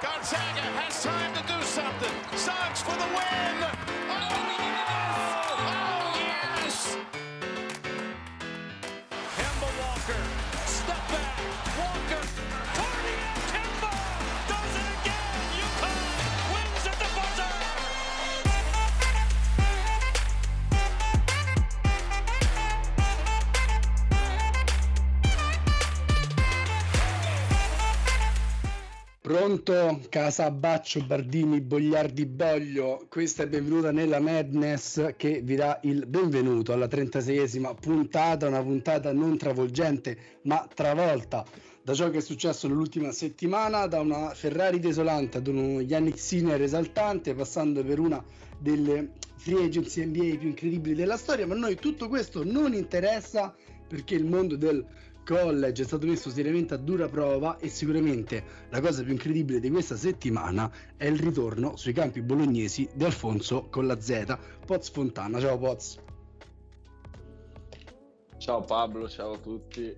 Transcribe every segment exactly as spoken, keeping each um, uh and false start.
Gonzaga has time to do something. Suggs for the win. Oh, oh yes. Kemba Walker, step back. Walker, Cardiac Kemba does it again. UConn wins at the buzzer. Pronto? Casabaccio, Bardini, Bogliardi, Boglio, questa è Benvenuta nella Madness che vi dà il benvenuto alla trentaseiesima puntata, una puntata non travolgente ma travolta da ciò che è successo nell'ultima settimana, da una Ferrari desolante ad uno Yannick Sinner esaltante, passando per una delle free agency N B A più incredibili della storia, ma a noi tutto questo non interessa perché il mondo del college è stato messo seriamente a dura prova e sicuramente la cosa più incredibile di questa settimana è il ritorno sui campi bolognesi di Alfonso con la Z, Poz Fontana. Ciao Poz. Ciao Pablo, ciao a tutti.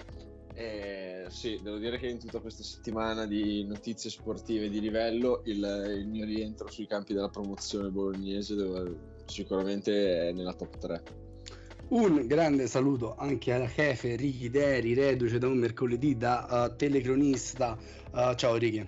Eh, sì, devo dire che in tutta questa settimana di notizie sportive di livello il, il mio rientro sui campi della promozione bolognese dove sicuramente è nella top tre. Un grande saluto anche alla Chefe Ricky Deri, reduce da un mercoledì da uh, telecronista. Uh, ciao Ricky.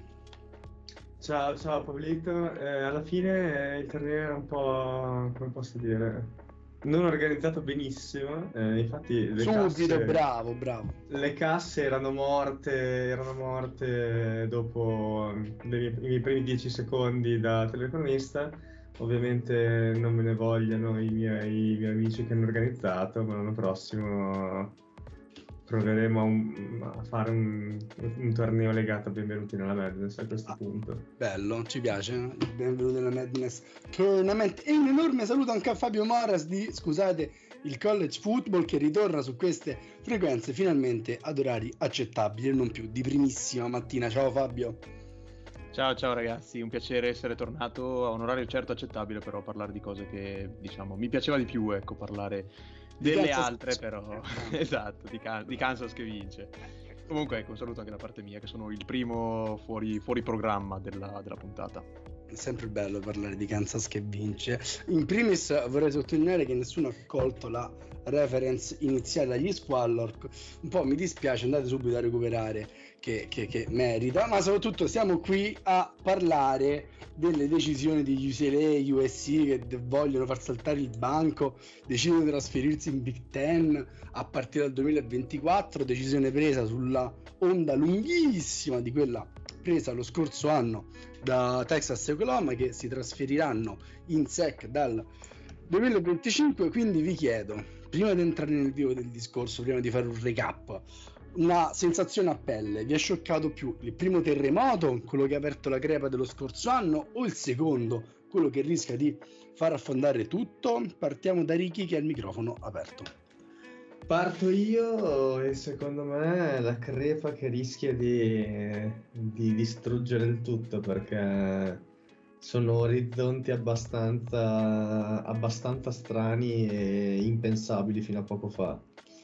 Ciao, ciao Pablito. Eh, alla fine eh, il torneo era un po', come posso dire, non organizzato benissimo. Eh, infatti le Subito, casse, bravo, bravo. Le casse erano morte, erano morte dopo i miei, i miei primi dieci secondi da telecronista. Ovviamente non me ne vogliano i miei, i miei amici che hanno organizzato, ma l'anno prossimo proveremo a, un, a fare un, un torneo legato a Benvenuti nella Madness a questo ah, punto. Bello, ci piace, il Benvenuti nella Madness Tournament. E un enorme saluto anche a Fabio Moras di, scusate, il college football che ritorna su queste frequenze finalmente ad orari accettabili e non più di primissima mattina. Ciao Fabio. Ciao ciao ragazzi, un piacere essere tornato a un orario certo accettabile, però parlare di cose che diciamo mi piaceva di più, ecco, parlare delle altre però esatto, di, Can- di Kansas che vince. Comunque ecco, un saluto anche da parte mia che sono il primo fuori, fuori programma della, della puntata. È sempre bello parlare di Kansas che vince. In primis vorrei sottolineare che nessuno ha colto la reference iniziale agli Squallor. Un po' mi dispiace, andate subito a recuperare che, che, che merita, ma soprattutto siamo qui a parlare delle decisioni di U C L A, U S C che vogliono far saltare il banco, decidono di trasferirsi in Big Ten a partire dal duemilaventiquattro, decisione presa sulla onda lunghissima di quella presa lo scorso anno da Texas e Oklahoma, che si trasferiranno in S E C dal duemilaventicinque. Quindi vi chiedo, prima di entrare nel vivo del discorso, prima di fare un recap, una sensazione a pelle: vi è scioccato più il primo terremoto, quello che ha aperto la crepa dello scorso anno, o il secondo, quello che rischia di far affondare tutto? Partiamo da Ricky che ha il microfono aperto. Parto io e secondo me la crepa che rischia di, di distruggere il tutto, perché sono orizzonti abbastanza, abbastanza strani e impensabili fino a poco fa.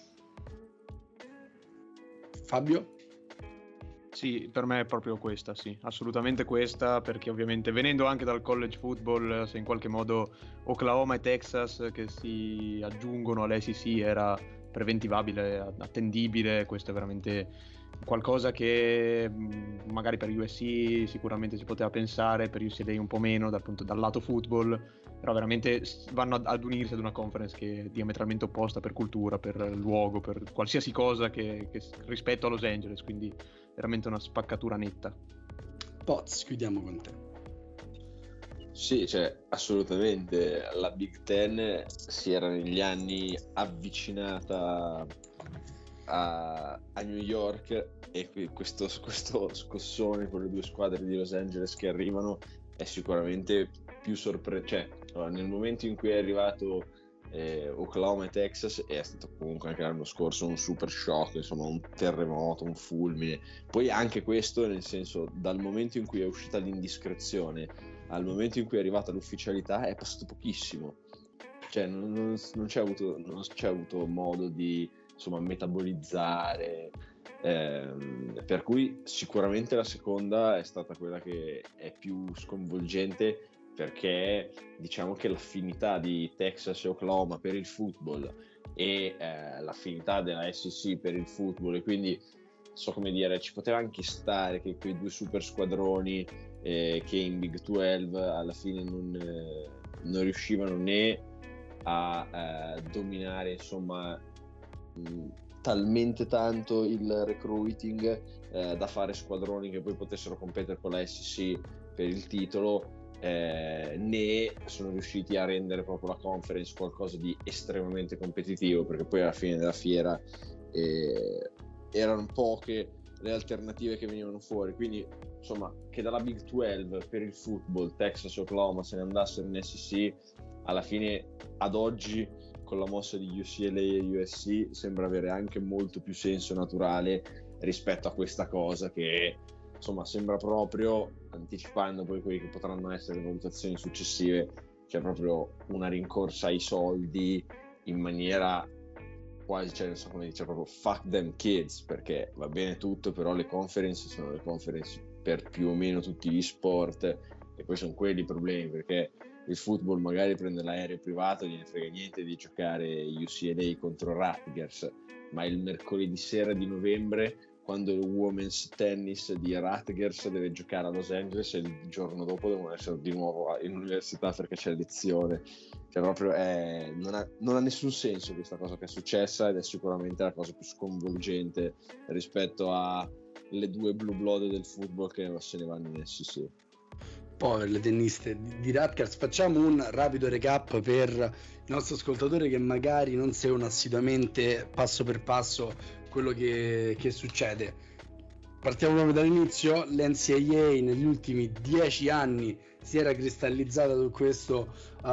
Fabio? Sì, per me è proprio questa, sì, assolutamente questa, perché ovviamente venendo anche dal college football, se in qualche modo Oklahoma e Texas che si aggiungono all'A C C era preventivabile, attendibile, questo è veramente qualcosa che magari per U S C sicuramente si poteva pensare, per U C L A un po' meno dal, punto, dal lato football, però veramente vanno ad, ad unirsi ad una conference che è diametralmente opposta per cultura, per luogo, per qualsiasi cosa che, che rispetto a Los Angeles, quindi veramente una spaccatura netta. Poz, chiudiamo con te. Sì, cioè assolutamente la Big Ten si era negli anni avvicinata a, a New York e questo, questo scossone con le due squadre di Los Angeles che arrivano è sicuramente più sorprendente. Cioè, allora, nel momento in cui è arrivato eh, Oklahoma e Texas è stato comunque anche l'anno scorso un super shock, insomma un terremoto, un fulmine. Poi anche questo, nel senso, dal momento in cui è uscita l'indiscrezione al momento in cui è arrivata l'ufficialità è passato pochissimo, cioè non, non, non, c'è avuto, non c'è avuto modo di insomma metabolizzare ehm, per cui sicuramente la seconda è stata quella che è più sconvolgente, perché diciamo che l'affinità di Texas e Oklahoma per il football e eh, l'affinità della S E C per il football, e quindi so come dire, ci poteva anche stare che quei due super squadroni eh, che in Big dodici alla fine non, eh, non riuscivano né a eh, dominare insomma mh, talmente tanto il recruiting eh, da fare squadroni che poi potessero competere con la S E C per il titolo, eh, né sono riusciti a rendere proprio la conference qualcosa di estremamente competitivo, perché poi alla fine della fiera eh, erano poche le alternative che venivano fuori. Quindi insomma, che dalla Big dodici per il football Texas e Oklahoma se ne andassero in S E C, alla fine ad oggi con la mossa di U C L A e U S C sembra avere anche molto più senso naturale rispetto a questa cosa che insomma sembra proprio, anticipando poi quelli che potranno essere le valutazioni successive, c'è proprio una rincorsa ai soldi in maniera quasi, cioè non so come dice, proprio fuck them kids, perché va bene tutto, però le conference sono le conference per più o meno tutti gli sport, e poi sono quelli i problemi, perché il football magari prende l'aereo privato, gliene frega niente di giocare U C L A contro Rutgers, ma il mercoledì sera di novembre, quando il women's tennis di Rutgers deve giocare a Los Angeles, e il giorno dopo devono essere di nuovo in università perché c'è lezione, cioè proprio è, non, ha, non ha nessun senso questa cosa che è successa, ed è sicuramente la cosa più sconvolgente rispetto alle due blue blood del football che se ne vanno in S E C. Povere le tenniste di Rutgers. Facciamo un rapido recap per il nostro ascoltatore che magari non segue assiduamente passo per passo quello che, che succede. Partiamo proprio dall'inizio. L'N C A A negli ultimi dieci anni si era cristallizzata su questo uh,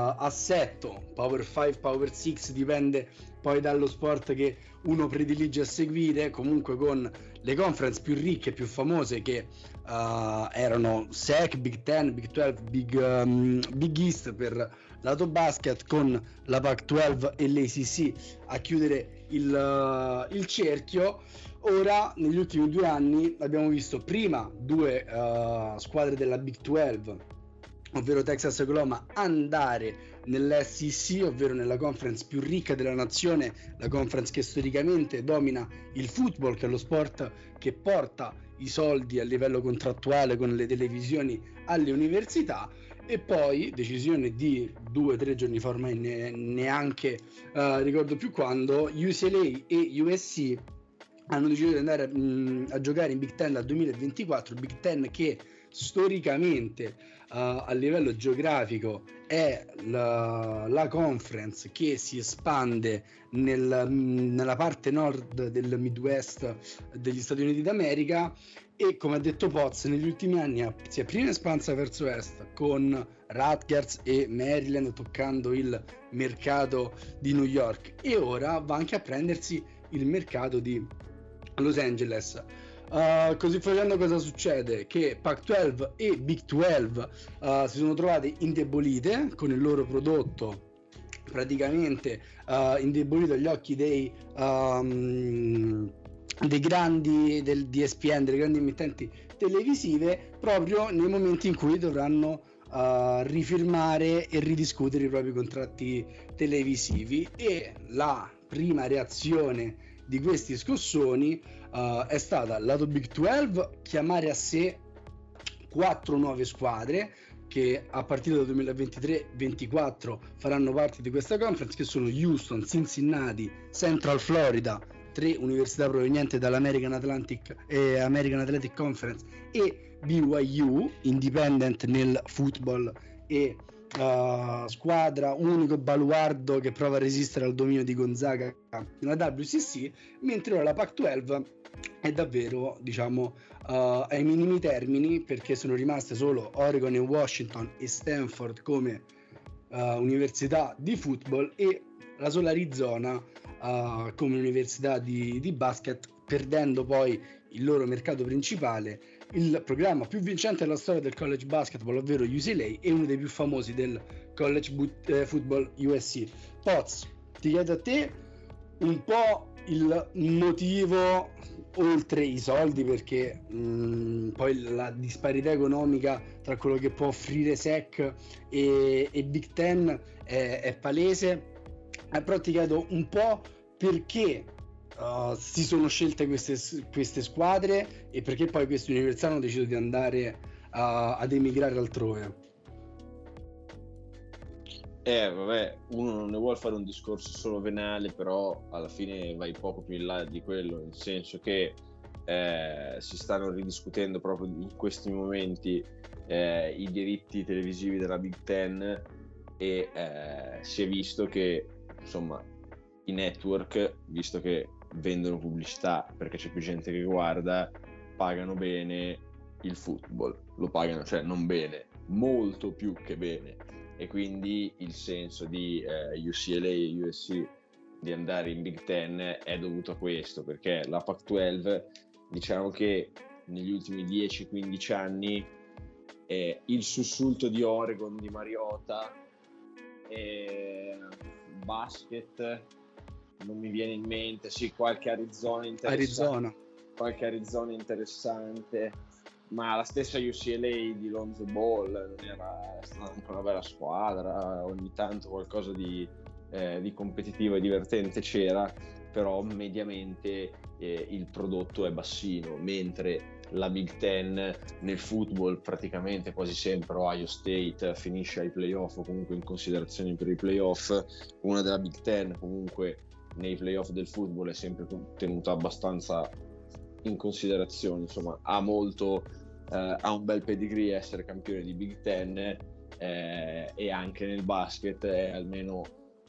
assetto Power cinque, Power sei, dipende poi dallo sport che uno predilige a seguire, comunque con le conference più ricche, più famose, che uh, erano S E C, Big Ten, Big dodici, Big, um, Big East per lato basket, con la Pac dodici e l'A C C a chiudere il, uh, il cerchio. Ora negli ultimi due anni abbiamo visto prima due uh, squadre della Big dodici, ovvero Texas e Oklahoma, andare nell'S E C, ovvero nella conference più ricca della nazione, la conference che storicamente domina il football, che è lo sport che porta i soldi a livello contrattuale con le televisioni alle università. E poi decisione di due o tre giorni fa, ormai ne, neanche uh, ricordo più quando, U C L A e U S C hanno deciso di andare mh, a giocare in Big Ten dal duemilaventiquattro, Big Ten che storicamente uh, a livello geografico è la, la conference che si espande nel, nella parte nord del Midwest degli Stati Uniti d'America, e come ha detto Poz negli ultimi anni si è prima espansa verso est con Rutgers e Maryland toccando il mercato di New York, e ora va anche a prendersi il mercato di Los Angeles. Uh, così facendo cosa succede? Che Pac dodici e Big dodici uh, si sono trovate indebolite con il loro prodotto praticamente uh, indebolito agli occhi dei, um, dei grandi del D S P N, delle grandi emittenti televisive, proprio nei momenti in cui dovranno uh, rifirmare e ridiscutere i propri contratti televisivi. E la prima reazione di questi scossoni uh, è stata, lato Big dodici, chiamare a sé quattro nuove squadre che a partire dal duemilaventitré ventiquattro faranno parte di questa conference, che sono Houston, Cincinnati, Central Florida, tre università provenienti dall'American Atlantic e American Athletic Conference, e B Y U, independent nel football e Uh, squadra unico baluardo che prova a resistere al dominio di Gonzaga nella W C C, mentre ora la Pac dodici è davvero, diciamo, uh, ai minimi termini, perché sono rimaste solo Oregon e Washington e Stanford come uh, università di football, e la sola Arizona uh, come università di, di basket, perdendo poi il loro mercato principale, il programma più vincente della storia del college basketball, ovvero U C L A, e uno dei più famosi del college but- eh, football U S C. Poz, ti chiedo a te un po' il motivo oltre i soldi, perché mh, poi la disparità economica tra quello che può offrire S E C e, e Big Ten è, è palese. Eh, però ti chiedo un po' perché uh, si sono scelte queste, queste squadre e perché poi queste università hanno deciso di andare uh, ad emigrare altrove. Eh, vabbè, uno non ne vuole fare un discorso solo venale, però alla fine vai poco più in là di quello, nel senso che eh, si stanno ridiscutendo proprio in questi momenti eh, i diritti televisivi della Big Ten e eh, si è visto che, insomma, i network, visto che vendono pubblicità perché c'è più gente che guarda, pagano bene il football, lo pagano, cioè non bene, molto più che bene. E quindi il senso di eh, U C L A e U S C di andare in Big Ten è dovuto a questo, perché la Pac dodici, diciamo che negli ultimi dieci quindici anni eh, il sussulto di Oregon, di Mariota, eh, basket non mi viene in mente, sì, qualche Arizona interessante, Arizona. qualche Arizona interessante, ma la stessa U C L A di Lonzo Ball non era stata anche una bella squadra, ogni tanto qualcosa di, eh, di competitivo e divertente c'era, però mediamente eh, il prodotto è bassino, mentre la Big Ten nel football praticamente quasi sempre Ohio State finisce ai playoff o comunque in considerazione per i playoff. Una della Big Ten comunque nei playoff del football è sempre tenuta abbastanza in considerazione, insomma ha molto eh, ha un bel pedigree essere campione di Big Ten, eh, e anche nel basket è almeno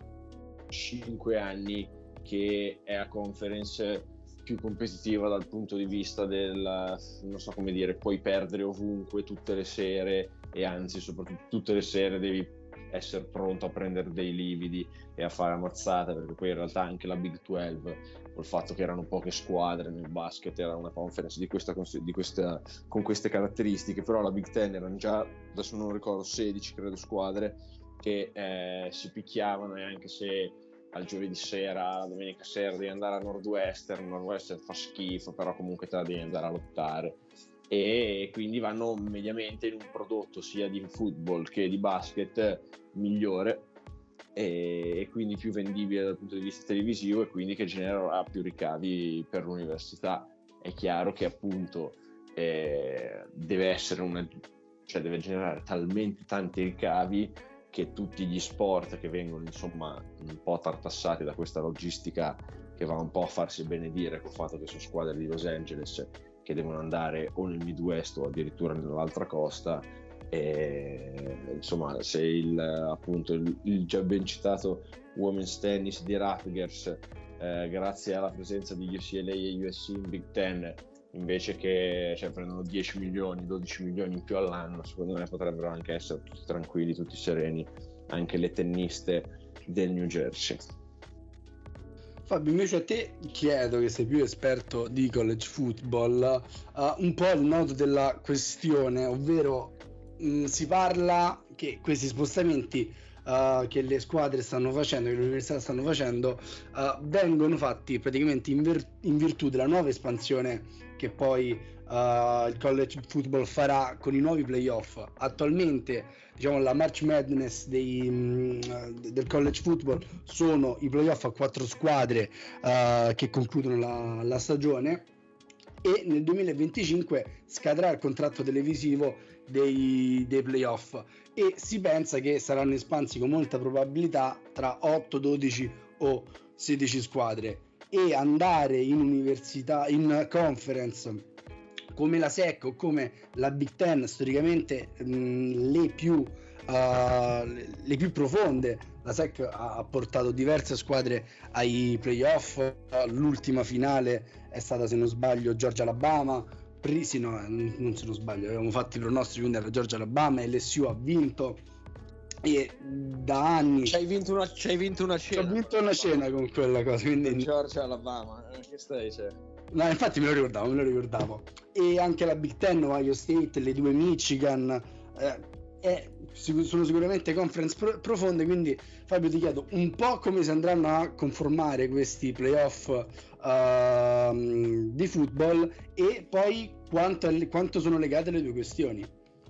cinque anni che è la conference più competitiva dal punto di vista del, non so come dire, puoi perdere ovunque tutte le sere, e anzi soprattutto tutte le sere devi essere pronto a prendere dei lividi e a fare ammazzate, perché poi in realtà anche la Big dodici, col fatto che erano poche squadre nel basket, era una conference di questa, di questa, con queste caratteristiche, però la Big Ten erano già, adesso non ricordo, sedici credo squadre che eh, si picchiavano, e anche se al giovedì sera, la domenica sera devi andare a Northwestern, Northwestern fa schifo, però comunque te la devi andare a lottare, e quindi vanno mediamente in un prodotto sia di football che di basket migliore, e quindi più vendibile dal punto di vista televisivo, e quindi che genererà più ricavi per l'università. È chiaro che appunto eh, deve essere una, cioè deve generare talmente tanti ricavi che tutti gli sport che vengono insomma un po' tartassati da questa logistica che va un po' a farsi benedire col fatto che sono squadre di Los Angeles che devono andare o nel Midwest o addirittura nell'altra costa, e insomma se il appunto il, il già ben citato Women's Tennis di Rutgers eh, grazie alla presenza di U C L A e U S C in Big Ten, invece che cioè, prendono dieci milioni, dodici milioni in più all'anno, secondo me potrebbero anche essere tutti tranquilli, tutti sereni, anche le tenniste del New Jersey. Fabio, invece a te chiedo, che sei più esperto di college football, uh, un po' il nodo della questione, ovvero mh, si parla che questi spostamenti uh, che le squadre stanno facendo, che le università stanno facendo, uh, vengono fatti praticamente in, vir- in virtù della nuova espansione che poi uh, il college football farà con i nuovi playoff. Attualmente, diciamo, la March Madness dei, mh, del college football sono i playoff a quattro squadre uh, che concludono la, la stagione, e nel duemilaventicinque scadrà il contratto televisivo dei, dei playoff, e si pensa che saranno espansi con molta probabilità tra otto, dodici o sedici squadre, e andare in università, in conference come la S E C o come la Big Ten, storicamente mh, le più uh, le più profonde. La S E C ha, ha portato diverse squadre ai playoff, uh, l'ultima finale è stata, se non sbaglio, Georgia-Alabama, Pri- sì, no, non se non sbaglio, avevamo fatto i pronostici, quindi era Georgia-Alabama, e L S U ha vinto, e da anni C'hai vinto una, c'hai vinto una cena. ho vinto una cena con quella cosa, quindi Georgia Alabama, eh, che stai c'è? no, infatti me lo ricordavo, me lo ricordavo. E anche la Big Ten, Ohio State, le due Michigan, eh, è, sono sicuramente conference pro- profonde, quindi Fabio ti chiedo un po' come si andranno a conformare questi playoff uh, di football e poi quanto, quanto sono legate le due questioni.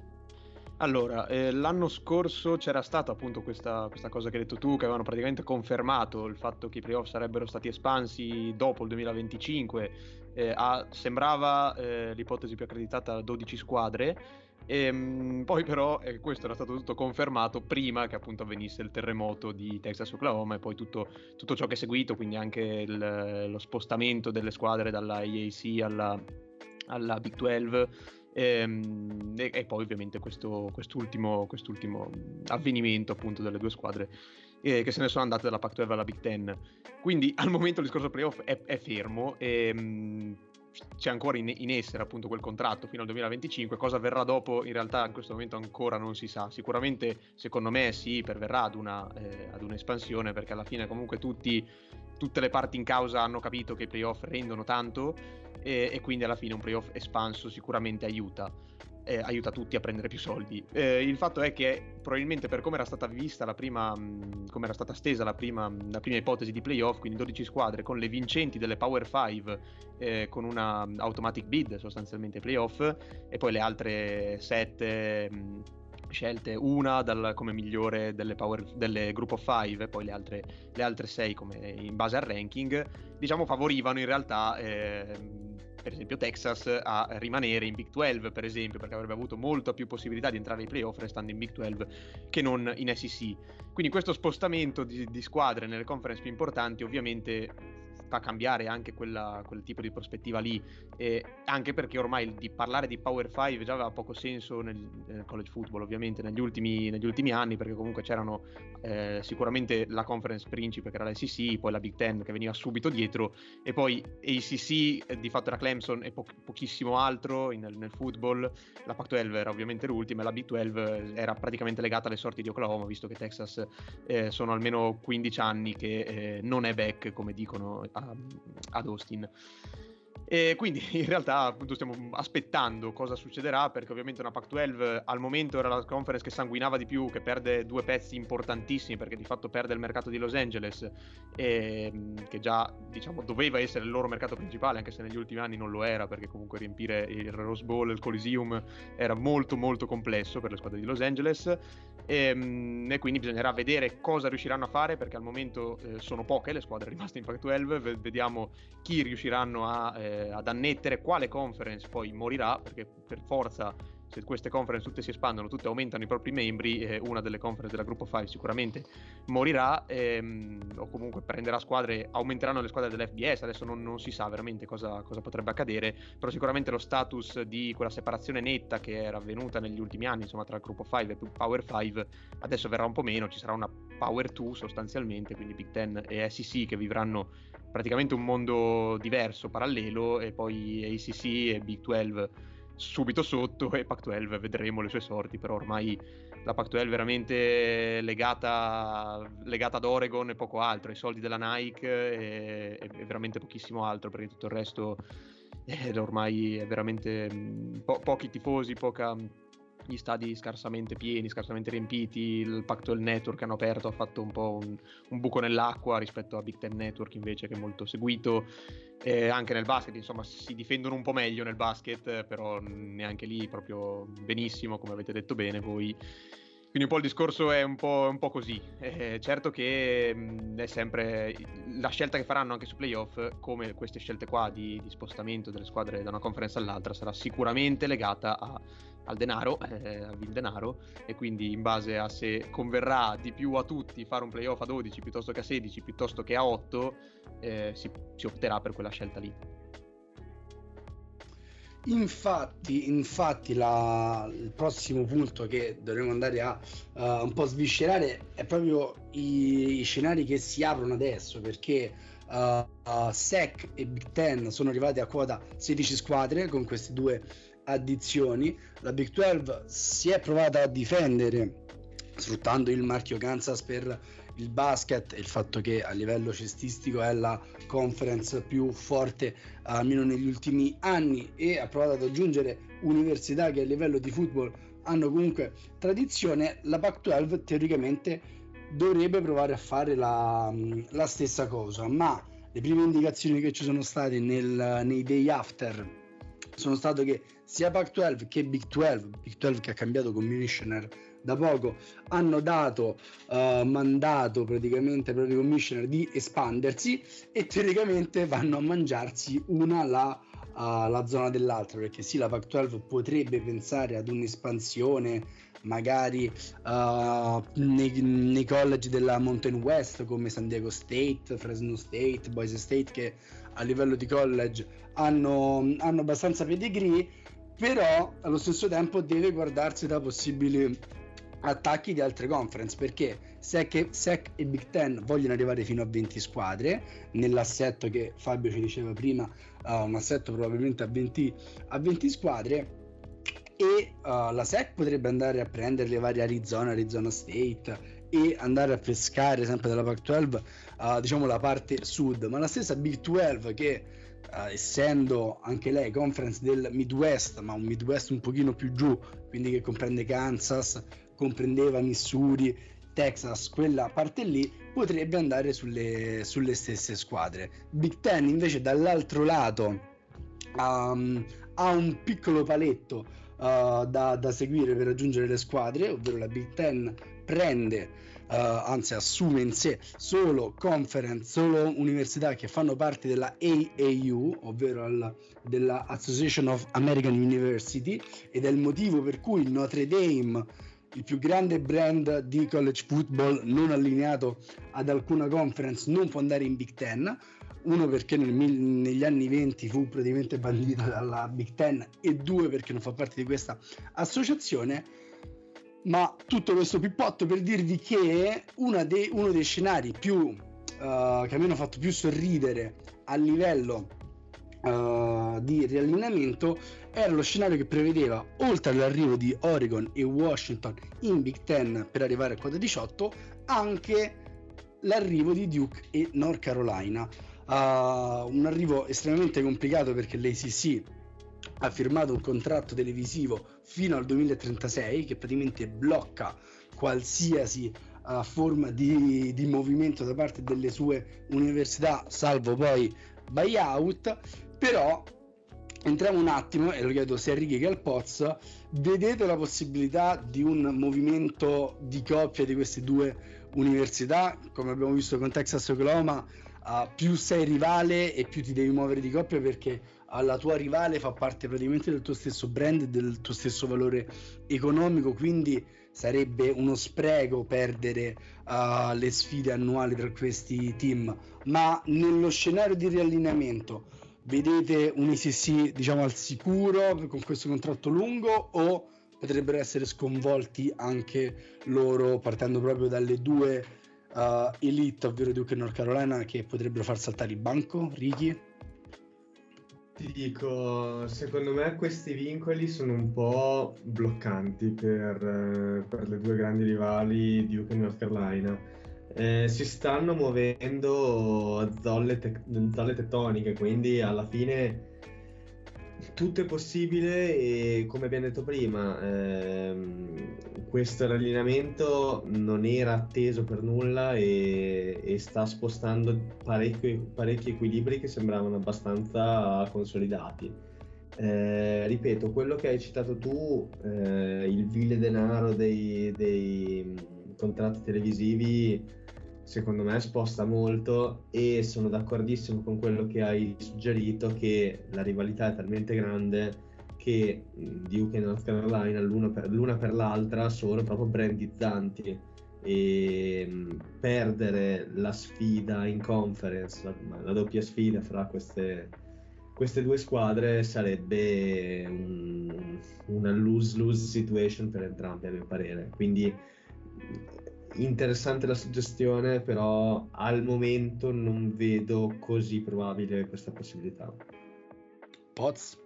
Allora, eh, l'anno scorso c'era stata appunto questa, questa cosa che hai detto tu, che avevano praticamente confermato il fatto che i playoff sarebbero stati espansi dopo il duemilaventicinque, eh, a, sembrava eh, l'ipotesi più accreditata dodici squadre, e, mh, poi però eh, questo era stato tutto confermato prima che appunto avvenisse il terremoto di Texas-Oklahoma e poi tutto, tutto ciò che è seguito, quindi anche il, lo spostamento delle squadre dalla E A C alla, alla Big dodici. E, e, e poi ovviamente questo quest'ultimo, quest'ultimo avvenimento appunto delle due squadre eh, che se ne sono andate dalla Pac dodici alla Big Ten. Quindi al momento il discorso playoff è, è fermo e mh, c'è ancora in, in essere appunto quel contratto fino al duemilaventicinque. Cosa verrà dopo in realtà in questo momento ancora non si sa. Sicuramente secondo me si perverrà ad una eh, ad un'espansione, perché alla fine comunque tutti tutte le parti in causa hanno capito che i playoff rendono tanto e, e quindi alla fine un playoff espanso sicuramente aiuta eh, aiuta tutti a prendere più soldi. Eh, il fatto è che probabilmente per come era stata vista la prima mh, come era stata stesa la prima, la prima ipotesi di playoff, quindi dodici squadre con le vincenti delle Power cinque eh, con una automatic bid sostanzialmente playoff e poi le altre sette mh, scelte, una dal, come migliore delle, power, delle Group of Five e poi le altre, le altre sei come in base al ranking, diciamo favorivano in realtà eh, per esempio Texas a rimanere in Big dodici per esempio, perché avrebbe avuto molta più possibilità di entrare ai playoff restando in Big dodici che non in S E C. Quindi questo spostamento di, di squadre nelle conference più importanti ovviamente fa cambiare anche quella, quel tipo di prospettiva lì, e anche perché ormai di parlare di Power cinque già aveva poco senso nel, nel college football ovviamente negli ultimi, negli ultimi anni, perché comunque c'erano eh, sicuramente la conference principe che era la S E C, poi la Big Ten che veniva subito dietro e poi A C C eh, di fatto era Clemson e po- pochissimo altro in, nel, nel football. La Pac dodici era ovviamente l'ultima e la Big dodici era praticamente legata alle sorti di Oklahoma, visto che Texas eh, sono almeno quindici anni che eh, non è back come dicono a, ad Austin. E quindi in realtà appunto stiamo aspettando cosa succederà, perché ovviamente una Pac dodici al momento era la conference che sanguinava di più, che perde due pezzi importantissimi perché di fatto perde il mercato di Los Angeles e, che già diciamo doveva essere il loro mercato principale, anche se negli ultimi anni non lo era, perché comunque riempire il Rose Bowl, il Coliseum era molto molto complesso per le squadre di Los Angeles e, e quindi bisognerà vedere cosa riusciranno a fare, perché al momento eh, sono poche le squadre rimaste in Pac dodici. Vediamo chi riusciranno a eh, ad annettere, quale conference poi morirà, perché per forza se queste conference tutte si espandono, tutte aumentano i propri membri, eh, una delle conference della Group of Five sicuramente morirà ehm, o comunque prenderà squadre, aumenteranno le squadre dell'F B S. Adesso non, non si sa veramente cosa, cosa potrebbe accadere, però sicuramente lo status di quella separazione netta che era avvenuta negli ultimi anni, insomma tra Group of Five e Power Five, adesso verrà un po' meno, ci sarà una Power due sostanzialmente, quindi Big Ten e S E C che vivranno praticamente un mondo diverso, parallelo, e poi A C C e Big dodici subito sotto e Pac dodici vedremo le sue sorti, però ormai la Pac dodici è veramente legata, legata ad Oregon e poco altro, ai soldi della Nike e, e veramente pochissimo altro, perché tutto il resto è, ormai è veramente po- pochi tifosi, poca... gli stadi scarsamente pieni, scarsamente riempiti. Il Pac dodici Network che hanno aperto ha fatto un po' un, un buco nell'acqua rispetto a Big Ten Network invece, che è molto seguito, eh, anche nel basket insomma si difendono un po' meglio nel basket, però neanche lì proprio benissimo, come avete detto bene voi. Quindi un po' il discorso è un po', un po' così. Eh, certo che mh, è sempre la scelta che faranno anche su playoff, come queste scelte qua di, di spostamento delle squadre da una conference all'altra, sarà sicuramente legata a, al denaro, eh, al denaro, e quindi in base a se converrà di più a tutti fare un playoff a dodici piuttosto che a sedici piuttosto che a otto, eh, si, si opterà per quella scelta lì. Infatti, infatti la, il prossimo punto che dovremo andare a uh, un po' sviscerare è proprio i, i scenari che si aprono adesso, perché uh, uh, S E C e Big Ten sono arrivati a quota sedici squadre con queste due addizioni. La Big dodici si è provata a difendere sfruttando il marchio Kansas per il basket e il fatto che a livello cestistico è la conference più forte almeno negli ultimi anni, e ha provato ad aggiungere università che a livello di football hanno comunque tradizione, la Pac dodici teoricamente dovrebbe provare a fare la, la stessa cosa, ma le prime indicazioni che ci sono state nel, nei day after sono state che sia Pac dodici che Big dodici, Big dodici che ha cambiato commissioner da poco, hanno dato uh, mandato praticamente ai propri commissioner di espandersi e teoricamente vanno a mangiarsi una la, uh, la zona dell'altra, perché sì, la Pac dodici potrebbe pensare ad un'espansione magari uh, nei, nei college della Mountain West come San Diego State, Fresno State, Boise State, che a livello di college hanno, hanno abbastanza pedigree, però allo stesso tempo deve guardarsi da possibili attacchi di altre conference, perché S E C, S E C e Big Ten vogliono arrivare fino a venti squadre nell'assetto che Fabio ci diceva prima, uh, un assetto probabilmente a venti, a venti squadre, e uh, la S E C potrebbe andare a prendere le varie Arizona, Arizona State e andare a pescare sempre dalla Pac dodici uh, diciamo la parte sud, ma la stessa Big dodici che uh, essendo anche lei conference del Midwest, ma un Midwest un pochino più giù, quindi che comprende Kansas, comprendeva Missouri, Texas, quella parte lì, potrebbe andare sulle, sulle stesse squadre. Big Ten invece dall'altro lato um, ha un piccolo paletto Uh, da, da seguire per raggiungere le squadre, ovvero la Big Ten prende, uh, anzi assume in sé solo conference, solo università che fanno parte della A A U, ovvero alla, della Association of American University, ed è il motivo per cui Notre Dame, il più grande brand di college football non allineato ad alcuna conference, non può andare in Big Ten. Uno, perché nel, negli anni venti fu praticamente bandita dalla Big Ten, e due, perché non fa parte di questa associazione. Ma tutto questo pippotto per dirvi che una dei, uno dei scenari più uh, che a me hanno fatto più sorridere a livello uh, di riallineamento era lo scenario che prevedeva, oltre all'arrivo di Oregon e Washington in Big Ten per arrivare a quota diciotto, anche l'arrivo di Duke e North Carolina. Uh, un arrivo estremamente complicato, perché l'A C C ha firmato un contratto televisivo fino al duemilatrentasei che praticamente blocca qualsiasi uh, forma di, di movimento da parte delle sue università, salvo poi buyout. Però entriamo un attimo, e lo chiedo sia a Ricky che al Poz: vedete la possibilità di un movimento di coppia di queste due università? Come abbiamo visto con Texas e Oklahoma, Uh, più sei rivale e più ti devi muovere di coppia, perché uh, la tua rivale fa parte praticamente del tuo stesso brand e del tuo stesso valore economico, quindi sarebbe uno spreco perdere uh, le sfide annuali tra questi team. Ma nello scenario di riallineamento vedete un I C C diciamo al sicuro con questo contratto lungo, o potrebbero essere sconvolti anche loro partendo proprio dalle due Uh, elite, ovvero Duke e North Carolina, che potrebbero far saltare il banco? Ricky? Ti dico, secondo me questi vincoli sono un po' bloccanti per, per le due grandi rivali Duke e North Carolina. Eh, si stanno muovendo zolle, te- zolle tettoniche, quindi alla fine tutto è possibile, e come abbiamo detto prima, ehm, questo rallineamento non era atteso per nulla e, e sta spostando parecchi, parecchi equilibri che sembravano abbastanza consolidati. Eh, ripeto, quello che hai citato tu, eh, il vile denaro dei, dei contratti televisivi, secondo me sposta molto, e sono d'accordissimo con quello che hai suggerito, che la rivalità è talmente grande che Duke e North Carolina l'una per, l'una per l'altra sono proprio brandizzanti, e mh, perdere la sfida in conference, la, la doppia sfida fra queste, queste due squadre, sarebbe un, una lose-lose situation per entrambi, a mio parere. Quindi interessante la suggestione, però al momento non vedo così probabile questa possibilità. Poz?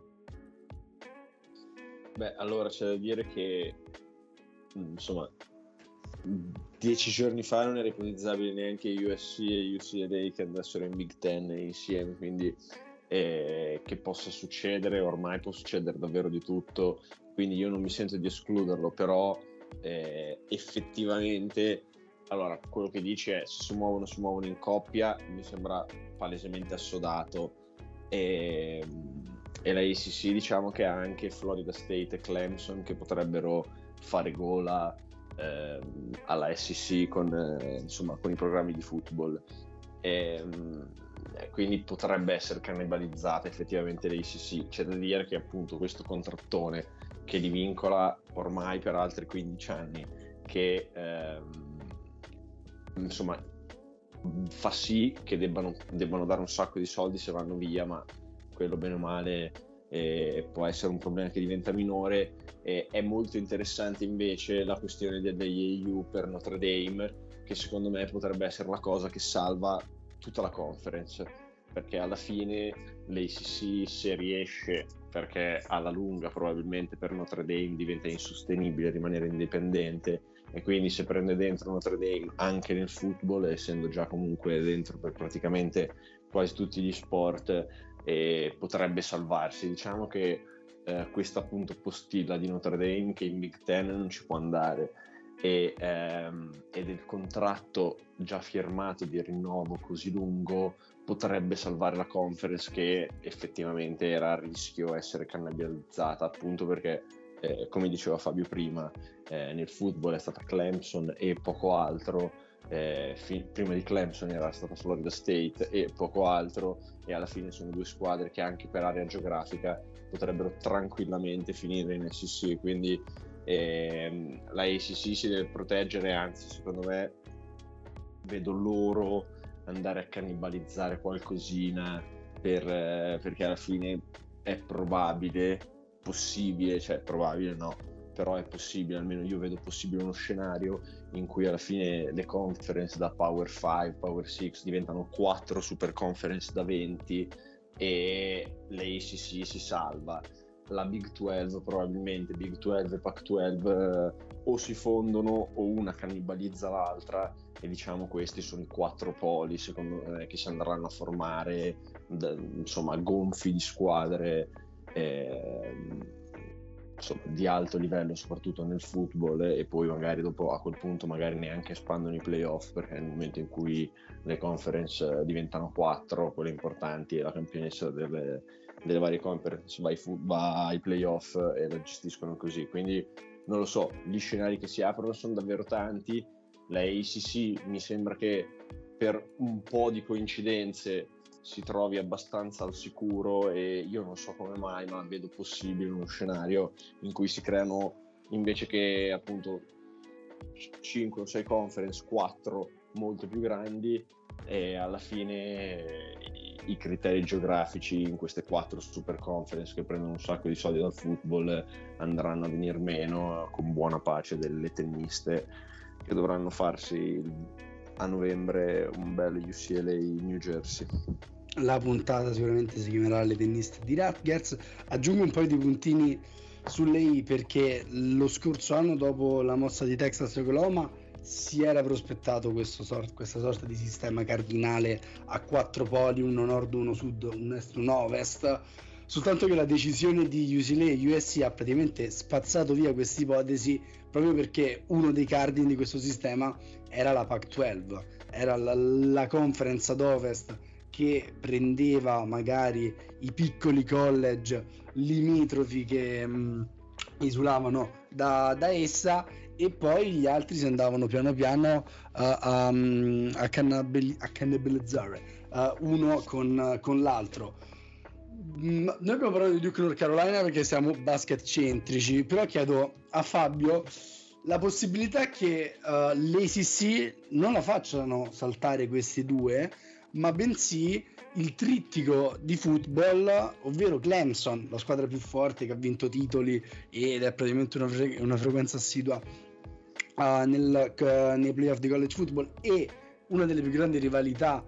Beh, allora c'è da dire che insomma dieci giorni fa non era ipotizzabile neanche U S C e U C L A che andassero in Big Ten insieme, quindi eh, che possa succedere, ormai può succedere davvero di tutto, quindi io non mi sento di escluderlo, però eh, effettivamente, allora, quello che dice è se si muovono, si muovono in coppia, mi sembra palesemente assodato, e, e la A C C diciamo che ha anche Florida State e Clemson che potrebbero fare gola eh, alla S E C con, eh, insomma, con i programmi di football, e, quindi potrebbe essere cannibalizzata effettivamente la A C C. C'è da dire che appunto questo contrattone che li vincola ormai per altri quindici anni, che ehm, insomma fa sì che debbano, debbano dare un sacco di soldi se vanno via, ma quello bene o male eh, può essere un problema che diventa minore. Eh, è molto interessante invece la questione degli A U per Notre Dame, che secondo me potrebbe essere la cosa che salva tutta la conference, perché alla fine l'A C C, se riesce, perché alla lunga probabilmente per Notre Dame diventa insostenibile rimanere indipendente, e quindi se prende dentro Notre Dame anche nel football, essendo già comunque dentro per praticamente quasi tutti gli sport, eh, potrebbe salvarsi. Diciamo che eh, questa appunto postilla di Notre Dame che in Big Ten non ci può andare, e, ehm, e del contratto già firmato di rinnovo così lungo potrebbe salvare la conference, che effettivamente era a rischio essere cannibalizzata, appunto perché eh, come diceva Fabio prima, eh, nel football è stata Clemson e poco altro, eh, fi- prima di Clemson era stata Florida State e poco altro, e alla fine sono due squadre che anche per area geografica potrebbero tranquillamente finire in S E C, quindi ehm, la A C C si deve proteggere, anzi secondo me vedo loro andare a cannibalizzare qualcosina per, eh, perché alla fine è probabile, possibile, cioè probabile no, però è possibile, almeno io vedo possibile uno scenario in cui alla fine le conference da Power cinque, Power sei diventano quattro super conference da venti e l'A C C si salva. La Big dodici probabilmente, Big dodici e Pac dodici eh, o si fondono o una cannibalizza l'altra, e diciamo questi sono i quattro poli secondo me che si andranno a formare, d- insomma gonfi di squadre eh, insomma, di alto livello soprattutto nel football, e poi magari dopo a quel punto magari neanche espandono i playoff, perché nel momento in cui le conference diventano quattro, quelle importanti, e la campionessa delle, delle varie conference va ai, fu- va ai playoff e la gestiscono così, quindi non lo so, gli scenari che si aprono sono davvero tanti. La A C C mi sembra che per un po' di coincidenze si trovi abbastanza al sicuro, e io non so come mai, ma vedo possibile uno scenario in cui si creano, invece che appunto cinque o sei conference, quattro molto più grandi, e alla fine i, i criteri geografici in queste quattro super conference che prendono un sacco di soldi dal football andranno a venir meno, con buona pace delle tenniste che dovranno farsi a novembre un bel U C L A New Jersey. La puntata sicuramente si chiamerà Le tenniste di Rutgers. Aggiungo un paio di puntini sulle I, perché lo scorso anno, dopo la mossa di Texas e Oklahoma, si era prospettato questo sort- questa sorta di sistema cardinale a quattro poli, uno nord, uno sud, un est, un ovest, soltanto che la decisione di U C L A e U S C ha praticamente spazzato via questa ipotesi, proprio perché uno dei cardini di questo sistema era la Pac dodici, era la, la conference ad ovest che prendeva magari i piccoli college limitrofi che mh, esulavano da, da essa, e poi gli altri si andavano piano piano a, a, a, cannabili- a cannibalizzare uh, uno con, con l'altro. Mm, noi abbiamo parlato di Duke North Carolina perché siamo basket centrici, però chiedo a Fabio la possibilità che uh, l'A C C non la facciano saltare questi due, ma bensì il trittico di football, ovvero Clemson, la squadra più forte che ha vinto titoli ed è praticamente una, fre- una frequenza assidua uh, nel, uh, nei playoff di college football, e una delle più grandi rivalità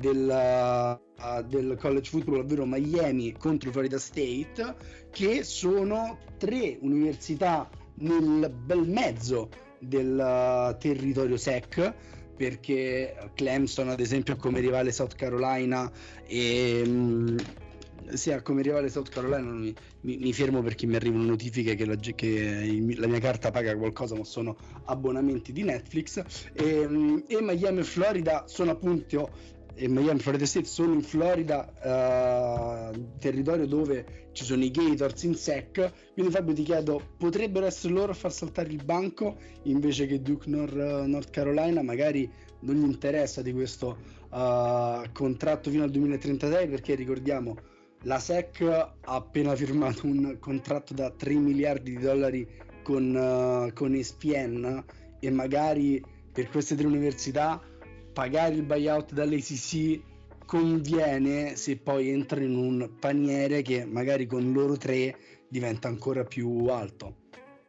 del, uh, del college football, ovvero Miami contro Florida State, che sono tre università nel bel mezzo del uh, territorio S E C, perché Clemson ad esempio ha come rivale South Carolina e, sia come rivale South Carolina mi, mi, mi fermo perché mi arrivano notifiche che, la, che il, la mia carta paga qualcosa, ma sono abbonamenti di Netflix, e, e Miami e Florida sono appunto e Miami e Florida State sono in Florida, uh, territorio dove ci sono i Gators in S E C. Quindi Fabio, ti chiedo, potrebbero essere loro a far saltare il banco invece che Duke North, North Carolina? Magari non gli interessa di questo uh, contratto fino al duemilatrentasei, perché ricordiamo la S E C ha appena firmato un contratto da tre miliardi di dollari con, uh, con E S P N, e magari per queste tre università pagare il buyout dall'A C C conviene se poi entrano in un paniere che magari con loro tre diventa ancora più alto.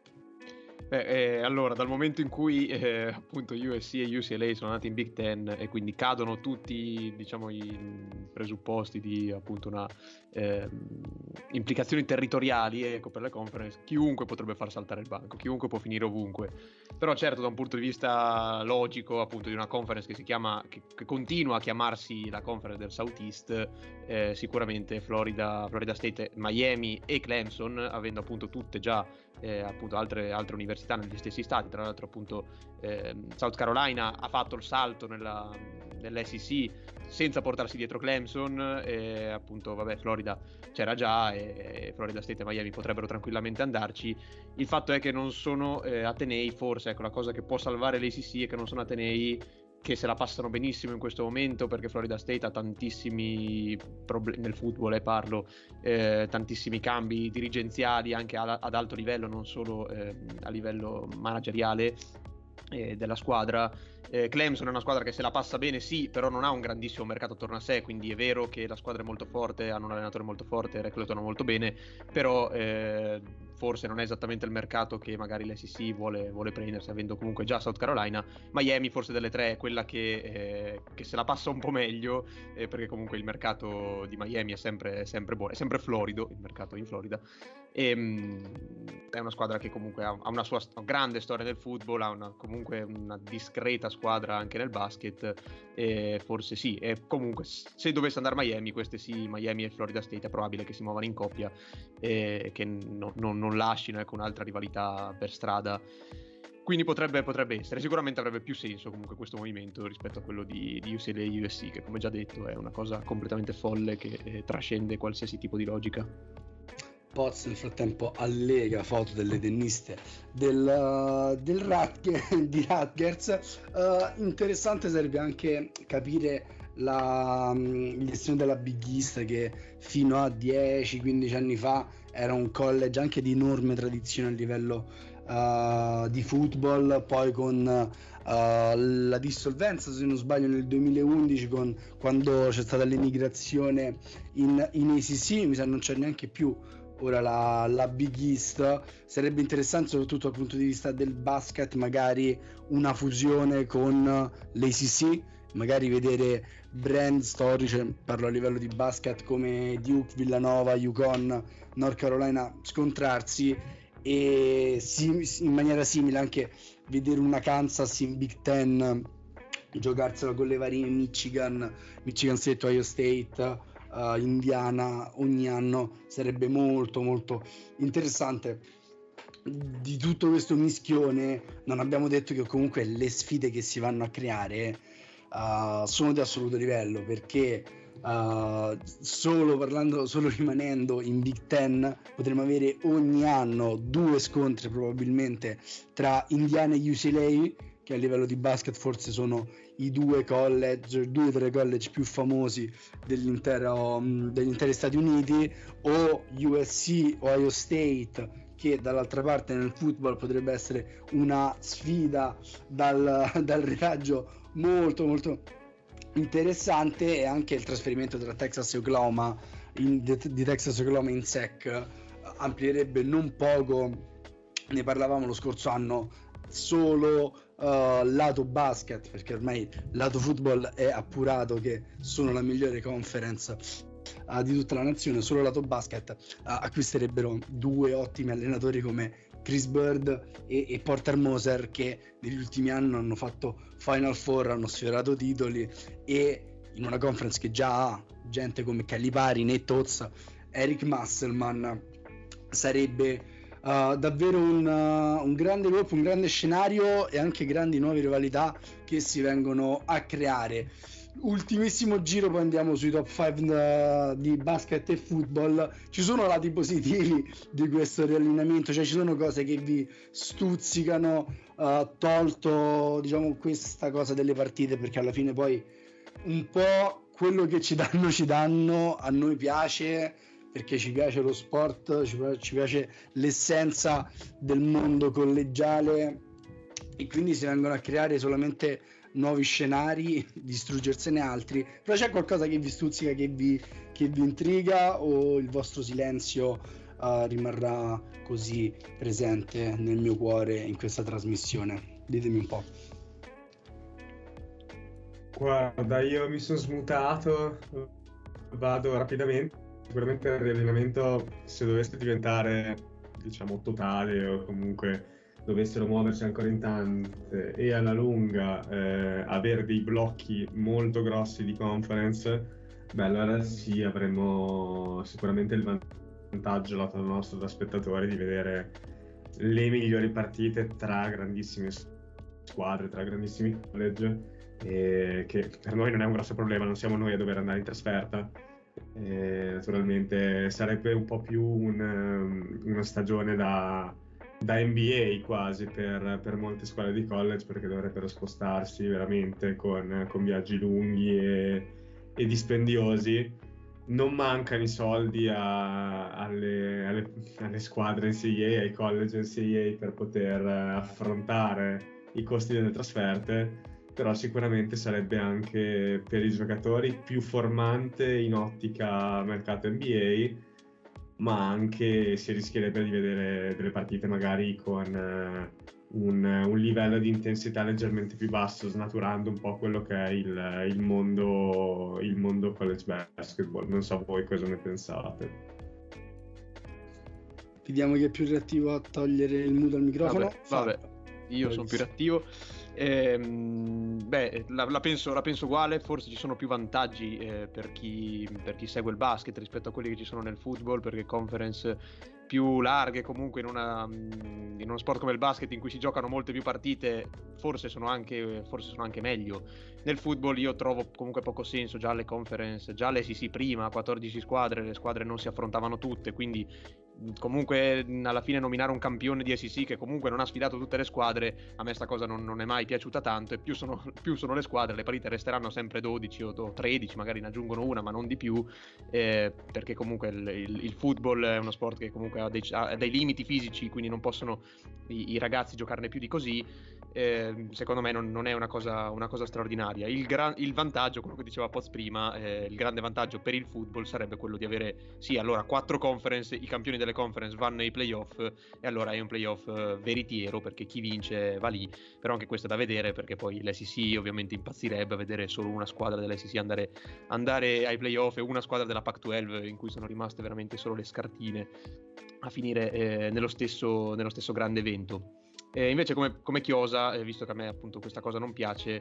Beh, eh, allora, dal momento in cui eh, appunto U S C e U C L A sono andati in Big Ten e quindi cadono tutti, diciamo, i presupposti di appunto una eh, implicazioni territoriali, ecco, per le conference, chiunque potrebbe far saltare il banco, chiunque può finire ovunque. Però certo, da un punto di vista logico, appunto, di una conference che si chiama, che, che continua a chiamarsi la conference del Southeast, eh, sicuramente Florida, Florida State, Miami e Clemson, avendo appunto tutte già Eh, appunto altre, altre università negli stessi stati. Tra l'altro appunto eh, South Carolina ha fatto il salto nella, nell'S E C senza portarsi dietro Clemson, e appunto vabbè Florida c'era già, e, e Florida State e Miami potrebbero tranquillamente andarci. Il fatto è che non sono eh, atenei, forse ecco la cosa che può salvare l'A C C è che non sono atenei che se la passano benissimo in questo momento, perché Florida State ha tantissimi problemi nel football, e parlo eh, tantissimi cambi dirigenziali anche a, ad alto livello, non solo eh, a livello manageriale eh, della squadra. eh, Clemson è una squadra che se la passa bene, sì, però non ha un grandissimo mercato attorno a sé, quindi è vero che la squadra è molto forte, hanno un allenatore molto forte, reclutano molto bene, però eh, forse non è esattamente il mercato che magari l'S E C vuole, vuole prendersi, avendo comunque già South Carolina. Miami forse delle tre è quella che, eh, che se la passa un po' meglio, eh, perché comunque il mercato di Miami è sempre, sempre buono, è sempre florido, il mercato in Florida, e, mh, è una squadra che comunque ha, ha una sua st- grande storia nel football, ha una, comunque una discreta squadra anche nel basket, e forse sì, e comunque se dovesse andare Miami, queste sì, Miami e Florida State è probabile che si muovano in coppia e che no, non, non lasciano ecco, un'altra rivalità per strada. Quindi potrebbe, potrebbe essere, sicuramente avrebbe più senso comunque questo movimento rispetto a quello di, di U C L A e U S C, che come già detto è una cosa completamente folle che eh, trascende qualsiasi tipo di logica. Poz nel frattempo allega foto delle tenniste del, del Rutger, di Rutgers. Uh, interessante sarebbe anche capire la il destino della Big East, che fino a dieci quindici anni fa era un college anche di enorme tradizione a livello uh, di football, poi con uh, la dissolvenza, se non sbaglio, nel duemilaundici, con, quando c'è stata l'emigrazione in, in A C C, mi sa non c'è neanche più ora la, la Big East. Sarebbe interessante soprattutto dal punto di vista del basket magari una fusione con l'A C C, magari vedere brand storici, parlo a livello di basket, come Duke, Villanova, UConn, North Carolina scontrarsi, e sim- in maniera simile anche vedere una Kansas in Big Ten giocarsela con le varie Michigan, Michigan State, Ohio State, Uh, Indiana ogni anno. Sarebbe molto molto interessante. Di tutto questo mischione non abbiamo detto che comunque le sfide che si vanno a creare uh, sono di assoluto livello, perché uh, solo parlando solo rimanendo in Big Ten potremmo avere ogni anno due scontri probabilmente tra Indiana e U C L A, che a livello di basket forse sono i due college, due tra i college più famosi dell'intero, degli interi Stati Uniti, o U S C, Ohio State, che dall'altra parte nel football potrebbe essere una sfida dal, dal retaggio molto molto interessante, e anche il trasferimento tra Texas e Oklahoma in, di Texas e Oklahoma in S E C amplierebbe non poco, ne parlavamo lo scorso anno, solo Uh, lato basket, perché ormai lato football è appurato che sono la migliore conference uh, di tutta la nazione. Solo lato basket uh, acquisterebbero due ottimi allenatori come Chris Bird e, e Porter Moser, che negli ultimi anni hanno fatto Final Four, hanno sfiorato titoli, e in una conference che già ha gente come Calipari, Nate Oates, Eric Musselman, sarebbe uh, davvero un, uh, un grande colpo, un grande scenario e anche grandi nuove rivalità che si vengono a creare. Ultimissimo giro, poi andiamo sui top cinque di basket e football. Ci sono lati positivi di questo riallineamento, cioè ci sono cose che vi stuzzicano, uh, tolto diciamo questa cosa delle partite, perché alla fine poi un po' quello che ci danno ci danno, a noi piace perché ci piace lo sport, ci piace, ci piace l'essenza del mondo collegiale, e quindi si vengono a creare solamente nuovi scenari, distruggersene altri. Però c'è qualcosa che vi stuzzica, che vi, che vi intriga, o il vostro silenzio uh, rimarrà così presente nel mio cuore in questa trasmissione? Ditemi un po'. Guarda, io mi sono smutato, vado rapidamente. Sicuramente il riallenamento, se dovesse diventare diciamo totale, o comunque dovessero muoversi ancora in tante e alla lunga eh, avere dei blocchi molto grossi di conference, beh, allora sì, avremo sicuramente il vantaggio lato nostro da spettatori di vedere le migliori partite tra grandissime squadre, tra grandissimi college, e che per noi non è un grosso problema, non siamo noi a dover andare in trasferta. E naturalmente sarebbe un po' più un, una stagione da da N B A quasi per, per molte scuole di college, perché dovrebbero spostarsi veramente con, con viaggi lunghi e, e dispendiosi. Non mancano i soldi a, alle, alle, alle squadre N C A A, ai college N C A A, per poter affrontare i costi delle trasferte, però sicuramente sarebbe anche per i giocatori più formante in ottica mercato N B A, ma anche si rischierebbe di vedere delle partite magari con uh, un, un livello di intensità leggermente più basso, snaturando un po' quello che è il, il mondo il mondo college basketball. Non so voi cosa ne pensate. Vediamo chi è più reattivo a togliere il muto al microfono. Vabbè, vabbè. Io sono più reattivo. Ehm, beh, la, la, penso, la penso uguale. Forse ci sono più vantaggi eh, per, chi, per chi segue il basket rispetto a quelli che ci sono nel football, perché conference più larghe comunque in, una, in uno sport come il basket, in cui si giocano molte più partite, forse sono anche, forse sono anche meglio. Nel football io trovo comunque poco senso già le conference, già le S E C prima, quattordici squadre, le squadre non si affrontavano tutte, quindi comunque alla fine nominare un campione di S E C che comunque non ha sfidato tutte le squadre, a me sta cosa non, non è mai piaciuta tanto, e più sono, più sono le squadre, le partite resteranno sempre dodici o tredici, magari ne aggiungono una ma non di più, eh, perché comunque il, il, il football è uno sport che comunque ha dei, ha dei limiti fisici, quindi non possono i, i ragazzi giocarne più di così. Eh, secondo me non, non è una cosa, una cosa straordinaria. Il, gran, il vantaggio, quello che diceva Poz prima, eh, il grande vantaggio per il football sarebbe quello di avere, sì, allora quattro conference, i campioni delle conference vanno ai playoff, e allora è un playoff eh, veritiero, perché chi vince va lì. Però anche questo è da vedere, perché poi l'S E C ovviamente impazzirebbe a vedere solo una squadra dell'S E C andare, andare ai playoff, e una squadra della Pac dodici in cui sono rimaste veramente solo le scartine a finire eh, nello stesso, nello stesso grande evento. Eh, invece come, come chiosa, eh, visto che a me appunto questa cosa non piace,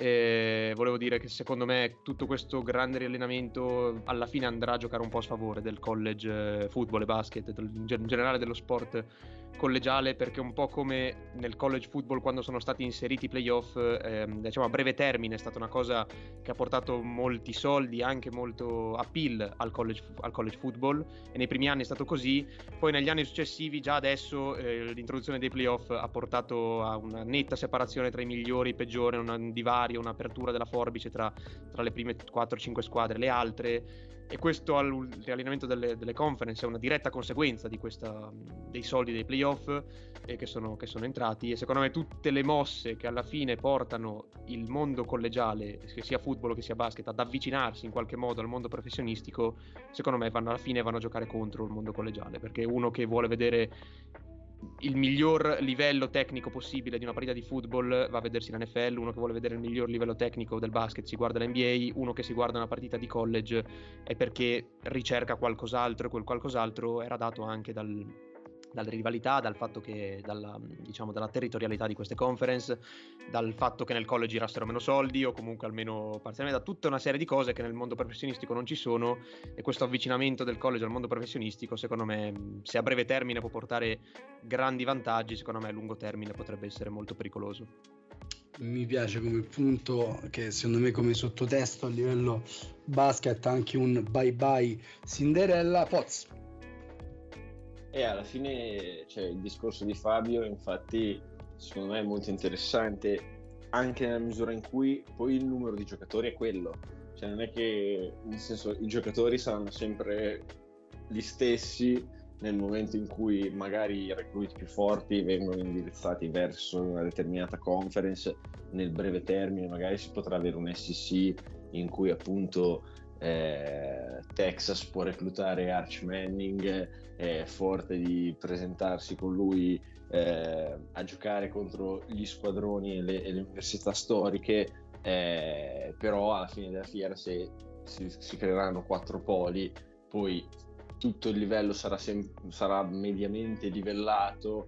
eh, volevo dire che secondo me tutto questo grande riallenamento alla fine andrà a giocare un po' a sfavore del college eh, football e basket, del, in generale dello sport collegiale, perché un po' come nel college football, quando sono stati inseriti i playoff, eh, diciamo a breve termine, è stata una cosa che ha portato molti soldi, anche molto appeal al college, al college football, e nei primi anni è stato così. Poi negli anni successivi, già adesso, eh, l'introduzione dei playoff ha portato a una netta separazione tra i migliori e i peggiori, un divario, un'apertura della forbice tra, tra le prime quattro cinque squadre e le altre, e questo al riallineamento delle, delle conference è una diretta conseguenza di questa, dei soldi dei playoff eh, che, sono, che sono entrati. E secondo me tutte le mosse che alla fine portano il mondo collegiale, che sia football che sia basket, ad avvicinarsi in qualche modo al mondo professionistico, secondo me vanno alla fine vanno a giocare contro il mondo collegiale, perché uno che vuole vedere il miglior livello tecnico possibile di una partita di football va a vedersi l'N F L, uno che vuole vedere il miglior livello tecnico del basket si guarda l'N B A, uno che si guarda una partita di college è perché ricerca qualcos'altro, e quel qualcos'altro era dato anche dal, dalle rivalità, dal fatto che dalla, diciamo, dalla territorialità di queste conference, dal fatto che nel college girassero meno soldi o comunque almeno parzialmente, da tutta una serie di cose che nel mondo professionistico non ci sono, e questo avvicinamento del college al mondo professionistico, secondo me, se a breve termine può portare grandi vantaggi, secondo me a lungo termine potrebbe essere molto pericoloso. Mi piace come punto, che secondo me come sottotesto a livello basket anche un bye bye Cinderella. Poz. E alla fine, cioè, il discorso di Fabio, infatti, secondo me è molto interessante, anche nella misura in cui poi il numero di giocatori è quello. Cioè, non è che, nel senso, i giocatori saranno sempre gli stessi nel momento in cui magari i recruit più forti vengono indirizzati verso una determinata conference. Nel breve termine magari si potrà avere un S E C in cui appunto eh, Texas può reclutare Arch Manning, è forte di presentarsi con lui eh, a giocare contro gli squadroni e le, e le università storiche, eh, però alla fine della fiera se si, si creeranno quattro poli, poi tutto il livello sarà, sem- sarà mediamente livellato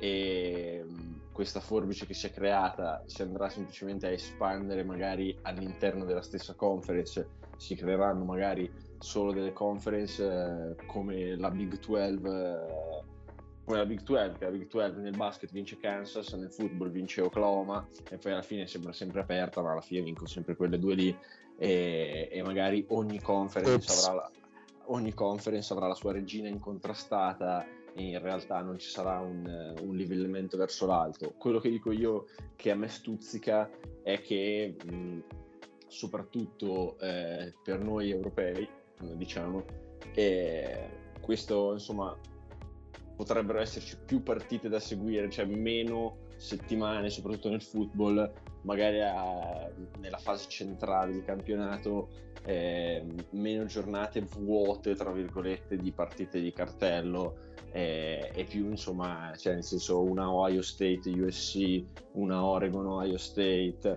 e questa forbice che si è creata si andrà semplicemente a espandere magari all'interno della stessa conference. Si creeranno magari solo delle conference eh, come la Big dodici, eh, come la Big dodici, che la Big dodici nel basket vince Kansas, nel football vince Oklahoma, e poi alla fine sembra sempre aperta, ma alla fine vincono sempre quelle due lì, e, e magari ogni conference avrà la, ogni conference avrà la sua regina incontrastata e in realtà non ci sarà un, un livellamento verso l'alto. Quello che dico io che a me stuzzica è che mh, soprattutto eh, per noi europei, diciamo, eh, questo insomma potrebbero esserci più partite da seguire, cioè meno settimane, soprattutto nel football, magari a, nella fase centrale di campionato, eh, meno giornate vuote tra virgolette di partite di cartello, eh, e più insomma, cioè nel senso una Ohio State U S C, una Oregon Ohio State,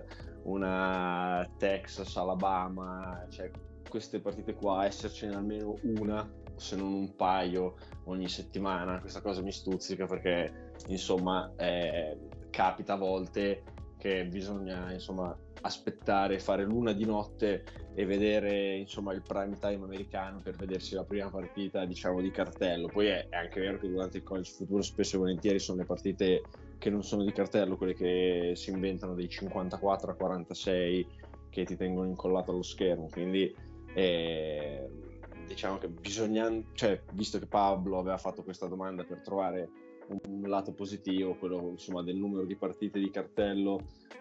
una Texas Alabama, cioè queste partite qua, essercene almeno una se non un paio ogni settimana. Questa cosa mi stuzzica perché insomma eh, capita a volte che bisogna insomma aspettare, fare l'una di notte e vedere insomma il prime time americano per vedersi la prima partita diciamo di cartello. Poi è, è anche vero che durante il college football spesso e volentieri sono le partite che non sono di cartello, quelle che si inventano dei cinquantaquattro a quarantasei che ti tengono incollato allo schermo, quindi eh, diciamo che bisogna, cioè visto che Pablo aveva fatto questa domanda per trovare un lato positivo, quello insomma del numero di partite di cartello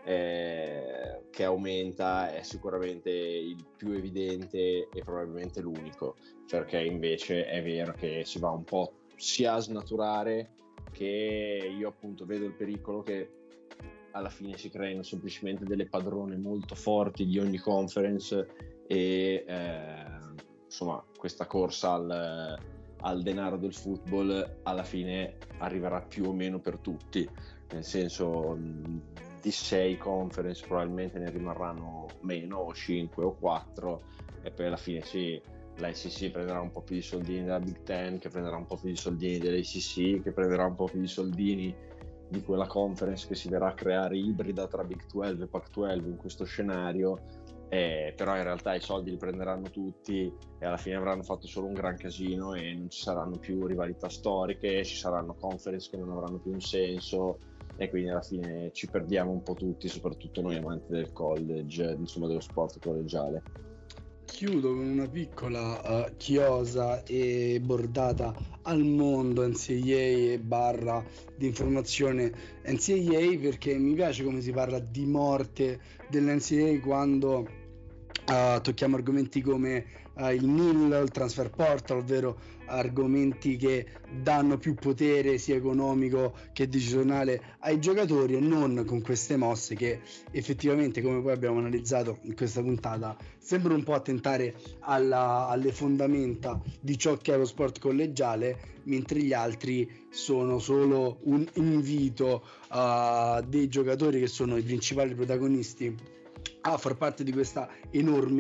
eh, che aumenta è sicuramente il più evidente e probabilmente l'unico, perché invece è vero che si va un po' sia a snaturare, che io appunto vedo il pericolo che alla fine si creino semplicemente delle padrone molto forti di ogni conference e eh, insomma questa corsa al, al denaro del football alla fine arriverà più o meno per tutti, nel senso di sei conference probabilmente ne rimarranno meno, o cinque o quattro, e poi alla fine sì, la S E C prenderà un po' più di soldini della Big Ten, che prenderà un po' più di soldini dell'A C C, che prenderà un po' più di soldini di quella conference che si verrà a creare ibrida tra Big dodici e Pac dodici in questo scenario, eh, però in realtà i soldi li prenderanno tutti e alla fine avranno fatto solo un gran casino e non ci saranno più rivalità storiche, ci saranno conference che non avranno più un senso e quindi alla fine ci perdiamo un po' tutti, soprattutto noi amanti del college, insomma dello sport collegiale. Chiudo con una piccola uh, chiosa e bordata al mondo N C A A e barra di informazione N C A A, perché mi piace come si parla di morte dell'N C A A quando uh, tocchiamo argomenti come uh, il N I L, il transfer portal, ovvero argomenti che danno più potere sia economico che decisionale ai giocatori, e non con queste mosse che effettivamente, come poi abbiamo analizzato in questa puntata, sembrano un po' attentare alla, alle fondamenta di ciò che è lo sport collegiale, mentre gli altri sono solo un invito uh, dei giocatori che sono i principali protagonisti a far parte di questa enorme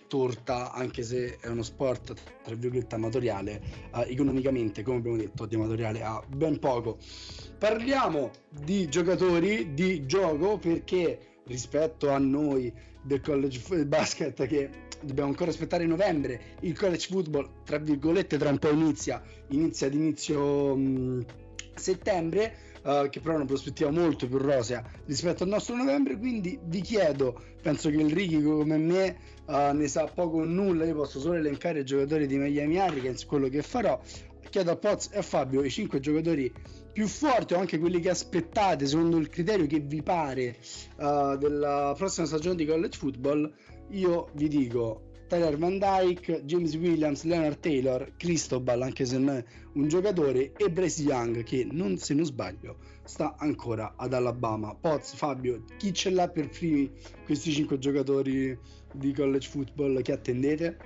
torta, anche se è uno sport tra virgolette amatoriale, uh, economicamente, come abbiamo detto, di amatoriale ha ben poco. Parliamo di giocatori, di gioco, perché rispetto a noi del college basket, che dobbiamo ancora aspettare novembre, il college football tra virgolette tra un po' inizia inizia ad inizio mh, settembre, uh, che però è una prospettiva molto più rosea rispetto al nostro novembre. Quindi vi chiedo, penso che il Ricky come me uh, ne sa poco o nulla, io posso solo elencare i giocatori di Miami Hurricanes, quello che farò. Chiedo a Poz e a Fabio i cinque giocatori più forti, o anche quelli che aspettate secondo il criterio che vi pare uh, della prossima stagione di college football. Io vi dico Tyler Van Dyke, James Williams, Leonard Taylor, Cristobal, anche se non è un giocatore, e Bryce Young, che non, se non sbaglio sta ancora ad Alabama. Poz, Fabio, chi ce l'ha per primi questi cinque giocatori di college football che attendete?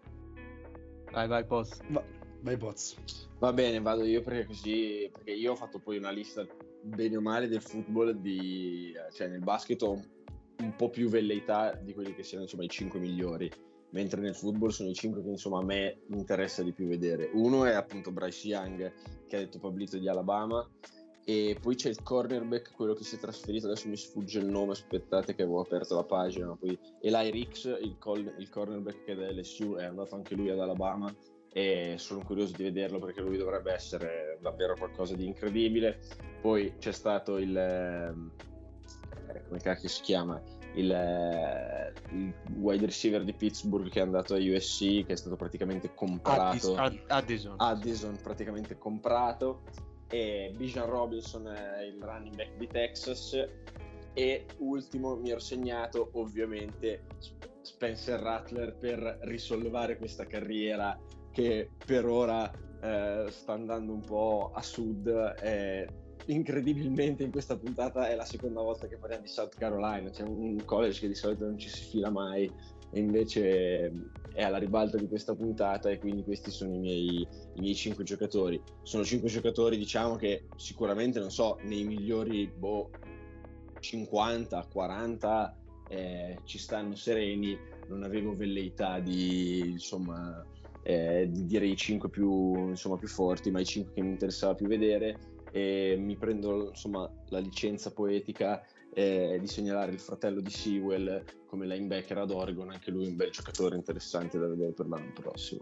Vai vai Poz. Va, vai Poz. Va bene, vado io perché così, perché io ho fatto poi una lista bene o male del football, di, cioè nel basket ho un po' più velleità di quelli che siano insomma i cinque migliori, mentre nel football sono i cinque che insomma a me interessa di più vedere. Uno è appunto Bryce Young, che ha detto Pablito, di Alabama, e poi c'è il cornerback, quello che si è trasferito, adesso mi sfugge il nome, aspettate che avevo aperto la pagina, ma poi Eli Ricks, il, col- il cornerback che è da L S U, è andato anche lui ad Alabama e sono curioso di vederlo perché lui dovrebbe essere davvero qualcosa di incredibile. Poi c'è stato il eh, come cacchio si chiama il, eh, il wide receiver di Pittsburgh che è andato a U S C, che è stato praticamente comprato, Addison, Addison. Addison praticamente comprato, e Bijan Robinson è il running back di Texas, e ultimo mi ero segnato ovviamente Spencer Rattler per risollevare questa carriera che per ora eh, sta andando un po' a sud. eh, incredibilmente in questa puntata è la seconda volta che parliamo di South Carolina, c'è un college che di solito non ci si fila mai e invece è alla ribalta di questa puntata, e quindi questi sono i miei, i miei cinque giocatori. Sono cinque giocatori, diciamo, che sicuramente, non so, nei migliori boh, cinquanta quaranta eh, ci stanno sereni. Non avevo velleità di insomma eh, di dire i cinque più insomma più forti, ma i cinque che mi interessava più vedere, e mi prendo insomma la licenza poetica eh, di segnalare il fratello di Sewell come linebacker ad Oregon, anche lui un bel giocatore interessante da vedere per l'anno prossimo.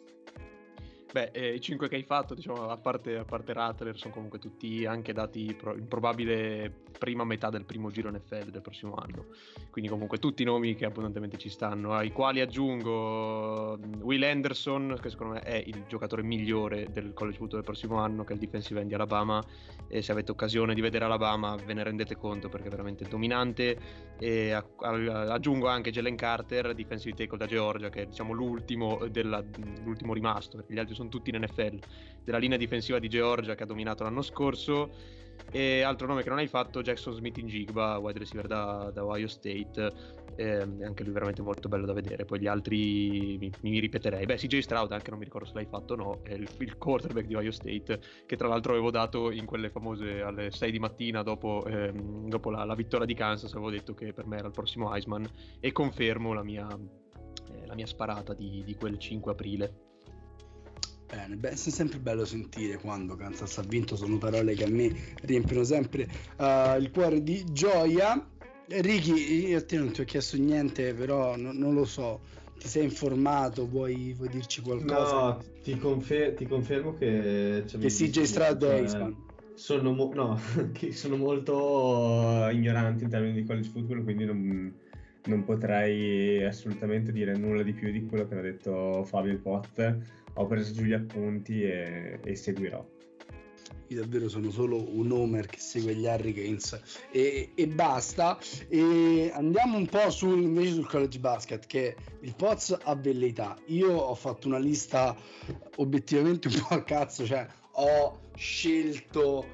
Beh, eh, i cinque che hai fatto, diciamo, a parte, a parte Rattler, sono comunque tutti anche dati pro- in probabile prima metà del primo giro N F L del prossimo anno. Quindi comunque tutti i nomi che abbondantemente ci stanno, ai quali aggiungo Will Anderson, che secondo me è il giocatore migliore del college football del prossimo anno, che è il defensive end di Alabama, e se avete occasione di vedere Alabama ve ne rendete conto perché è veramente dominante. E a- a- aggiungo anche Jalen Carter, defensive tackle da Georgia, che è diciamo l'ultimo, della, l'ultimo rimasto, perché gli altri sono tutti in N F L, della linea difensiva di Georgia, che ha dominato l'anno scorso. E altro nome che non hai fatto, Jackson Smith-Njigba, wide receiver da, da Ohio State, eh, anche lui veramente molto bello da vedere. Poi gli altri mi, mi ripeterei. Beh, C J Stroud, anche non mi ricordo se l'hai fatto o no, è il, il quarterback di Ohio State, che tra l'altro avevo dato in quelle famose alle sei di mattina dopo, ehm, dopo la, la vittoria di Kansas, avevo detto che per me era il prossimo Heisman, e confermo la mia, eh, la mia sparata di, di quel cinque aprile. Bene, beh, è sempre bello sentire quando Kansas ha vinto, sono parole che a me riempiono sempre uh, il cuore di gioia. Ricky, io a te non ti ho chiesto niente, però no, non lo so, ti sei informato, vuoi, vuoi dirci qualcosa? No, ti, confer- ti confermo che che C J Stroud è Heisman. Sono, mo- no, che sono molto ignorante in termini di college football, quindi non, non potrei assolutamente dire nulla di più di quello che ha detto Fabio il Pot. Ho preso giù gli appunti e, e seguirò. Io davvero sono solo un homer che segue gli Hurricanes e, e basta. E andiamo un po' sul, invece sul college basket, che il Poz ha velleità. Io ho fatto una lista obiettivamente un po' a cazzo, cioè ho scelto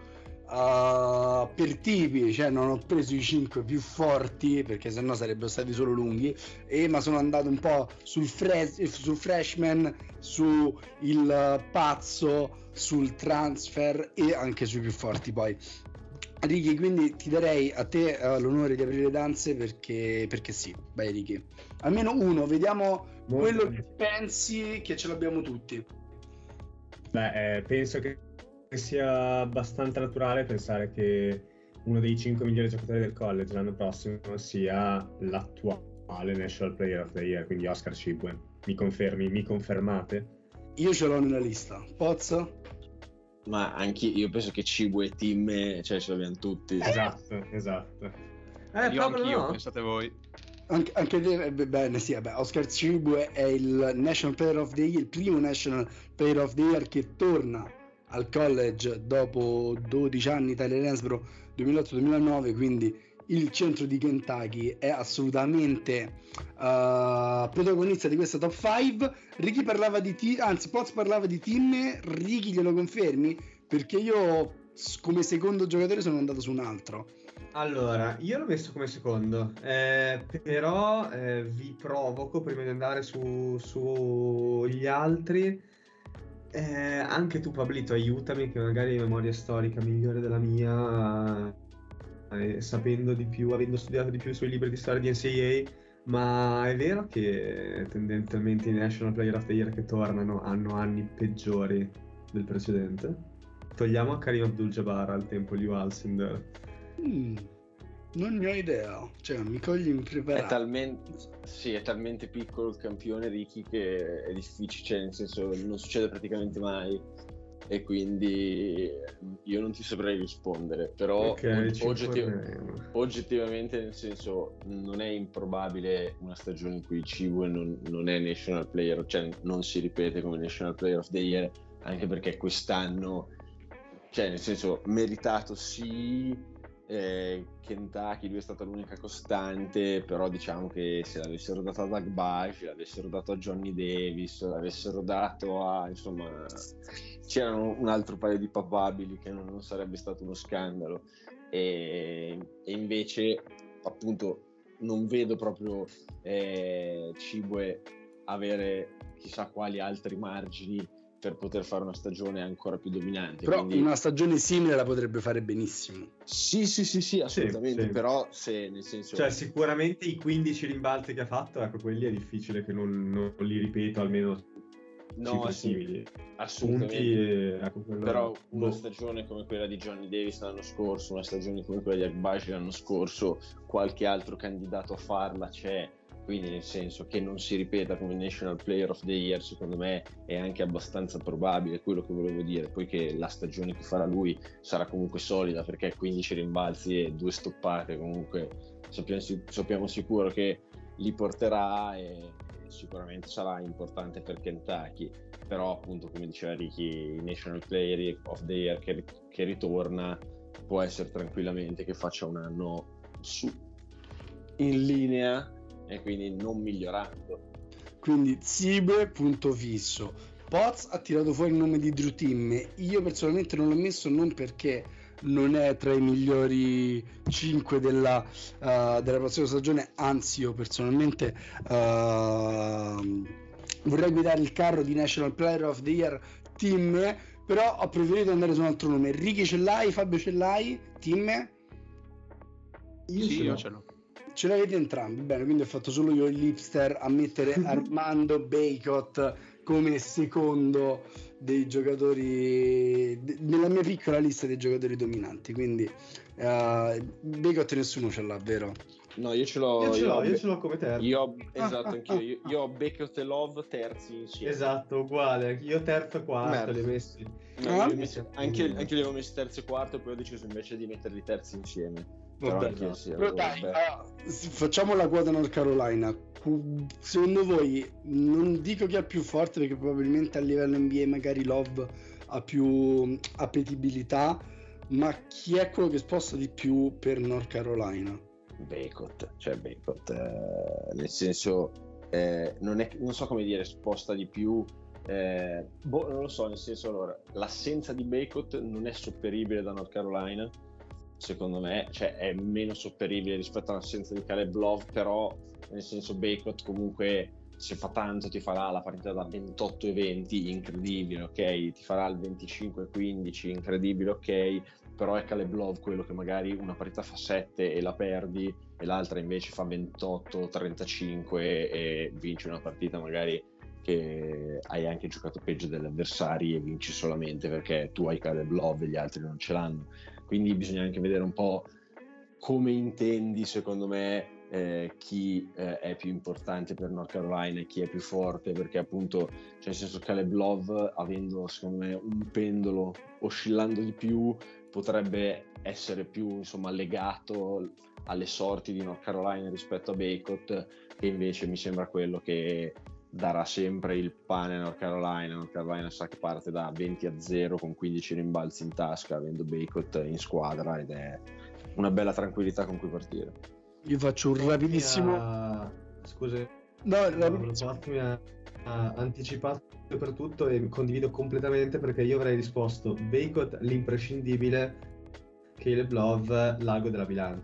Uh, per tipi, cioè non ho preso i cinque più forti perché sennò sarebbero stati solo lunghi, e ma sono andato un po' sul, fres- sul freshman, su il pazzo, sul transfer e anche sui più forti. Poi Ricky, quindi ti darei a te uh, l'onore di aprire le danze perché, perché sì, vai Ricky. Almeno uno, vediamo Molto quello bene. che pensi che ce l'abbiamo tutti. Beh, eh, penso che sia abbastanza naturale pensare che uno dei cinque migliori giocatori del college l'anno prossimo sia l'attuale National Player of the Year, quindi Oscar Tshiebwe. Mi confermi? Mi confermate? Io ce l'ho nella lista. Pozzo? Ma anche io penso che Cibo e Tim, cioè ce l'abbiamo tutti. Esatto, esatto. Eh, Io proprio anch'io, no? pensate voi. Anche, anche te, eh, bene, sì, vabbè, Oscar Tshiebwe è il National Player of the Year, il primo National Player of the Year che torna al college dopo dodici anni, Tyler Hansbrough duemilaotto duemilanove, quindi il centro di Kentucky è assolutamente uh, protagonista di questa top cinque. Ricky parlava di Tim, anzi Poz parlava di Tim, Ricky glielo confermi? Perché io come secondo giocatore sono andato su un altro. Allora, io l'ho messo come secondo, eh, però eh, vi provoco prima di andare su sugli altri. Eh, anche tu, Pablito, aiutami, che magari hai memoria storica migliore della mia, eh, sapendo di più, avendo studiato di più sui libri di storia di N C A A, ma è vero che tendenzialmente i National Player of the Year che tornano hanno anni peggiori del precedente? Togliamo a Kareem Abdul-Jabbar al tempo di Alcindor. Mm, non ne ho idea, cioè mi cogli È impreparato. talmente, sì, è talmente piccolo il campione Ricky che è difficile, cioè nel senso non succede praticamente mai e quindi io non ti saprei rispondere, però Ok, og- ci oggetti- informeremo. oggettivamente nel senso non è improbabile una stagione in cui Cibo non, non è National Player, cioè non si ripete come National Player of the Year, anche perché quest'anno, cioè nel senso meritato sì. Eh, Kentucky, lui è stata l'unica costante, però diciamo che se l'avessero dato a Doug Bush, l'avessero dato a Johnny Davis, l'avessero dato a, insomma, c'erano un altro paio di papabili che non, non sarebbe stato uno scandalo, e, e invece appunto non vedo proprio eh, Tshiebwe avere chissà quali altri margini per poter fare una stagione ancora più dominante. Però Quindi una stagione simile la potrebbe fare benissimo. sì, sì, sì, sì, assolutamente, sì. però se nel senso Cioè, sicuramente i quindici rimbalzi che ha fatto, ecco, quelli è difficile che non, non li ripeto, almeno no, cifre assu- simili. assolutamente. Punti, e, ecco, quello- Però una boh. stagione come quella di Johnny Davis l'anno scorso, una stagione come quella di Agbaji l'anno scorso, qualche altro candidato a farla c'è, quindi nel senso che non si ripeta come National Player of the Year secondo me è anche abbastanza probabile, quello che volevo dire, poiché la stagione che farà lui sarà comunque solida, perché quindici rimbalzi e due stoppate comunque sappiamo, sappiamo sicuro che li porterà e sicuramente sarà importante per Kentucky, però appunto come diceva Ricky, il National Player of the Year che, che ritorna può essere tranquillamente che faccia un anno su, in linea e quindi non migliorando. Quindi Zibe punto fisso. Poz ha tirato fuori il nome di Drew Timme, io personalmente non l'ho messo non perché non è tra i migliori cinque della, uh, della prossima stagione, anzi io personalmente uh, vorrei guidare il carro di National Player of the Year Timme, però ho preferito andare su un altro nome. Ricky ce l'hai, Fabio ce l'hai, Timme? Io Sì, ce io l'ho. ce l'ho. Ce l'avete entrambi, bene, quindi ho fatto solo io il hipster a mettere Armando Bacot come secondo dei giocatori de- nella mia piccola lista dei giocatori dominanti, quindi uh, Bacot nessuno ce l'ha, vero? No, io ce l'ho. Io ce io l'ho, ho io Be- ce l'ho come terzo. io ho- esatto, Ah, anch'io. ah, Io, ah. io ho Beckett e Love terzi insieme. Esatto, uguale. Io terzo e quarto Merda. li ho messi. No, Ah? io li ho messi- anche, anche io li avevo messi terzo e quarto e poi ho deciso invece di metterli terzi insieme. Però Vabbè, anche io sì, però avevo- dai, beh. ah, s- facciamo la quota North Carolina. Cu- Secondo voi, non dico chi è più forte perché probabilmente a livello N B A magari Love ha più appetibilità, ma chi è quello che sposta di più per North Carolina? Bacot, cioè Bacot, eh, nel senso, eh, non, è, non so come dire, sposta di più, eh, boh, non lo so, nel senso, allora, l'assenza di Bacot non è sopperibile da North Carolina, secondo me, cioè è meno sopperibile rispetto all'assenza di Caleb Love, però nel senso Bacot comunque se fa tanto ti farà la partita da ventotto e venti, incredibile, ok, ti farà il venticinque e quindici, incredibile, ok, però è Caleb Love quello che magari una partita fa sette e la perdi e l'altra invece fa ventotto trentacinque e vinci una partita magari che hai anche giocato peggio degli avversari e vinci solamente perché tu hai Caleb Love e gli altri non ce l'hanno. Quindi bisogna anche vedere un po' come intendi, secondo me, eh, chi eh, è più importante per North Carolina e chi è più forte, perché appunto, cioè nel senso, Caleb Love, avendo secondo me un pendolo oscillando di più, potrebbe essere più, insomma, legato alle sorti di North Carolina rispetto a Bacot, che invece mi sembra quello che darà sempre il pane a North Carolina. North Carolina sa che parte da venti a zero con quindici rimbalzi in tasca, avendo Bacot in squadra, ed è una bella tranquillità con cui partire. Io faccio un rapidissimo a... scusa no, rapidissimo mi ha anticipato per tutto e condivido completamente, perché io avrei risposto Bacot l'imprescindibile, Caleb Love l'ago della bilancia.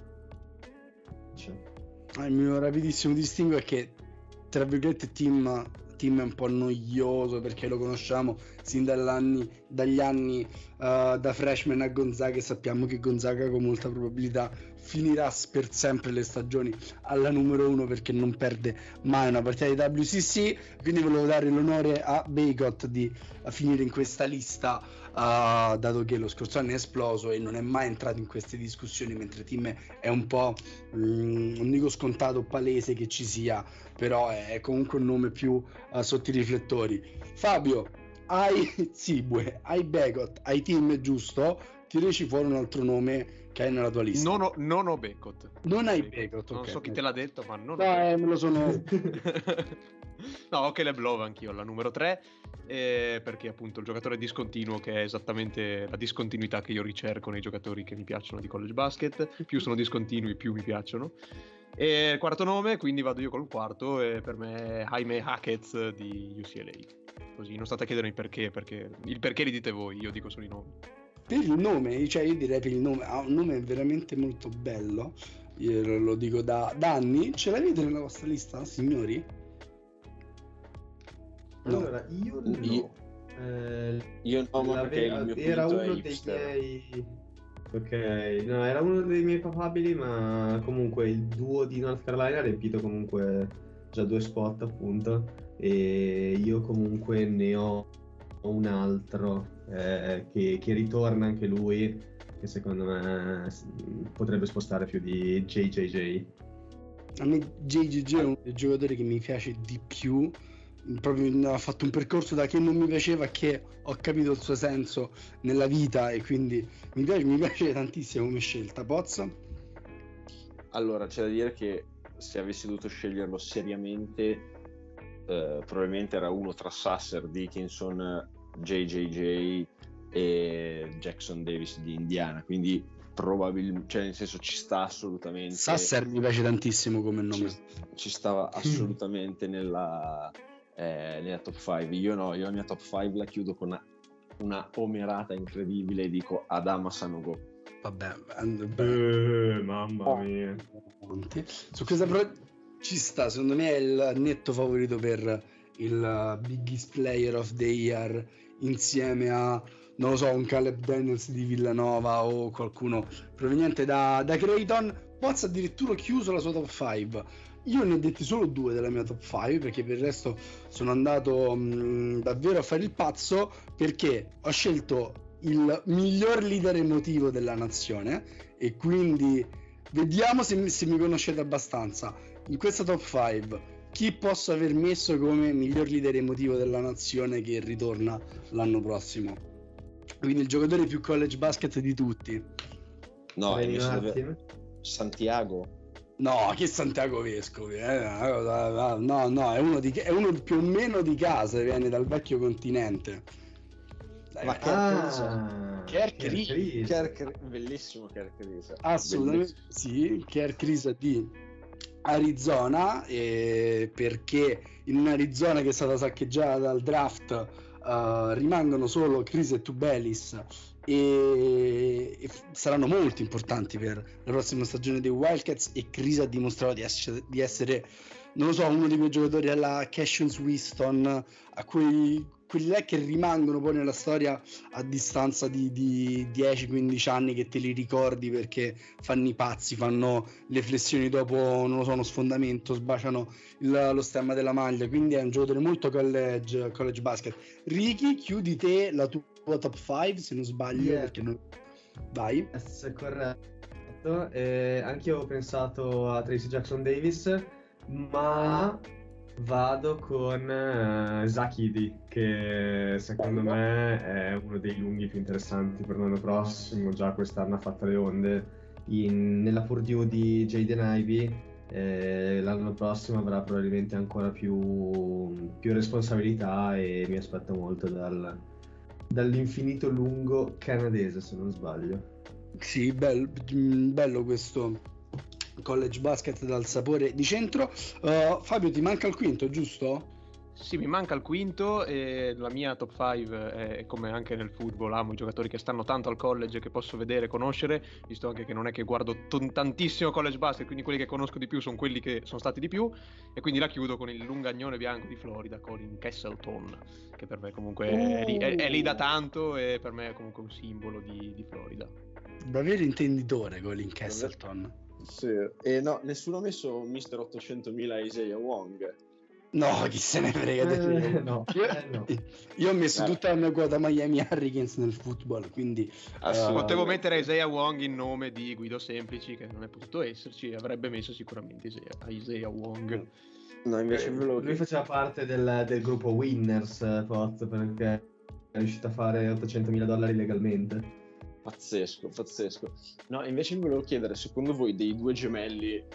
Il mio rapidissimo distinguo è che, tra virgolette, team, team è un po' noioso perché lo conosciamo sin dall'anni, dagli anni uh, da freshman a Gonzaga, e sappiamo che Gonzaga con molta probabilità finirà per sempre le stagioni alla numero uno perché non perde mai una partita di W C C. Quindi volevo dare l'onore a Bacot di a finire in questa lista, uh, dato che lo scorso anno è esploso e non è mai entrato in queste discussioni, mentre Tim è un po' um, non dico scontato, palese che ci sia, però è comunque un nome più uh, sotto i riflettori. Fabio, hai Tshiebwe, hai Bacot, hai Tim, giusto? Tiraci fuori un altro nome che hai nella tua lista. Non ho, non ho Bacot. Non hai Bacot, Non okay. so chi te l'ha detto, ma non no, ho eh, me lo sono no, ho Caleb Love anch'io alla numero tre, eh, perché appunto il giocatore discontinuo, che è esattamente la discontinuità che io ricerco nei giocatori che mi piacciono di college basket. Più sono discontinui, più mi piacciono. E il quarto nome, quindi vado io col quarto, e per me è Jaime Hackett di U C L A. Così non state a chiedere il perché, perché il perché li dite voi, io dico solo i nomi. Per il nome, cioè io direi per il nome, ha un nome veramente molto bello, io lo dico da, da anni. Ce l'avete nella vostra lista, signori? No. Allora, io no. Io, eh, io no, ma perché il mio era punto uno è dei hipster. miei... Ok, no, era uno dei miei papabili, ma comunque il duo di North Carolina ha riempito comunque già due spot, appunto, e io comunque ne ho un altro eh, che, che ritorna anche lui, che secondo me potrebbe spostare più di J J J. A me J J J è uno dei giocatori che mi piace di più, proprio ha fatto un percorso da che non mi piaceva a che ho capito il suo senso nella vita, e quindi mi piace, mi piace tantissimo come scelta. Pozzo? Allora, c'è da dire che se avessi dovuto sceglierlo seriamente, eh, probabilmente era uno tra Sasser, Dickinson, J J J e Jackson Davis di Indiana, quindi probabilmente, cioè nel senso, ci sta assolutamente. Sasser mi piace tantissimo come nome, ci, ci stava assolutamente nella, eh, nella top cinque. Io no, io la mia top cinque la chiudo con una, una omerata incredibile e dico Adama Sanogo. vabbè, eh, mamma mia, su questa pro... ci sta, secondo me è il netto favorito per il biggest player of the year, insieme a, non lo so, un Caleb Daniels di Villanova o qualcuno proveniente da, da Creighton. Pozzo addirittura chiuso la sua top cinque. Io ne ho detti solo due della mia top cinque, perché per il resto sono andato mh, davvero a fare il pazzo, perché ho scelto il miglior leader emotivo della nazione, e quindi vediamo se, se mi conoscete abbastanza. In questa top cinque chi posso aver messo come miglior leader emotivo della nazione che ritorna l'anno prossimo? Quindi il giocatore più college basket di tutti. No, hai messo davvero... Santiago. No, che Santiago Vescovi, eh? no, no, è uno, di, è uno più o meno di casa, viene dal vecchio continente. Dai, ma ah, Kerr Kriisa, bellissimo Kerr Kriisa. Assolutamente bellissimo. Sì, Kerr Kriisa di Arizona, eh, perché in un'Arizona che è stata saccheggiata dal draft uh, rimangono solo Kriisa e Tubelis, e, e saranno molto importanti per la prossima stagione dei Wildcats, e Kriisa ha dimostrato di essere, di essere, non lo so, uno di quei giocatori alla Cassius Winston, a quei quelli là che rimangono poi nella storia a distanza di, di dieci quindici anni, che te li ricordi perché fanno i pazzi, fanno le flessioni dopo, non lo so, uno sfondamento, sbaciano il, lo stemma della maglia, quindi è un giocatore molto college, college basket. Ricky, chiudi te la tua top cinque se non sbaglio, Yeah. perché non... vai. Yes, è corretto. Eh, anch'io ho pensato a Tracy Jackson Davis, ma vado con uh, Zach Edey, che secondo me è uno dei lunghi più interessanti per l'anno prossimo. Già quest'anno ha fatto le onde in- nella Purdue di Jaden Ivey. Eh, l'anno prossimo avrà probabilmente ancora più, più responsabilità, e mi aspetto molto dal, dall'infinito lungo canadese, se non sbaglio. Sì, bello, bello questo college basket dal sapore di centro. Uh, Fabio, ti manca il quinto, giusto? Sì, mi manca il quinto, e la mia top cinque è come anche nel football, amo i giocatori che stanno tanto al college, che posso vedere, conoscere, visto anche che non è che guardo ton- tantissimo college basket, quindi quelli che conosco di più sono quelli che sono stati di più, e quindi la chiudo con il lungagnone bianco di Florida, Colin Castleton, che per me comunque è, lì, è- è lì da tanto, e per me è comunque un simbolo di, di Florida. Davvero intenditore Colin Castleton. Sì. E no, nessuno ha messo mister ottocentomila Isaiah Wong. No, chi se ne frega di Eh, te. no, Io, eh, no. io ho messo Eh. tutta la mia quota Miami Hurricanes nel football, quindi Assolutamente. Potevo mettere Isaiah Wong in nome di Guido Semplici, che non è potuto esserci, e avrebbe messo sicuramente Isaiah, Isaiah Wong. No, invece Eh, ve lo lui faceva parte del, del gruppo Winners, eh, Pot, perché è riuscito a fare ottocentomila dollari legalmente. Pazzesco, pazzesco. No, invece vi volevo chiedere, secondo voi dei due gemelli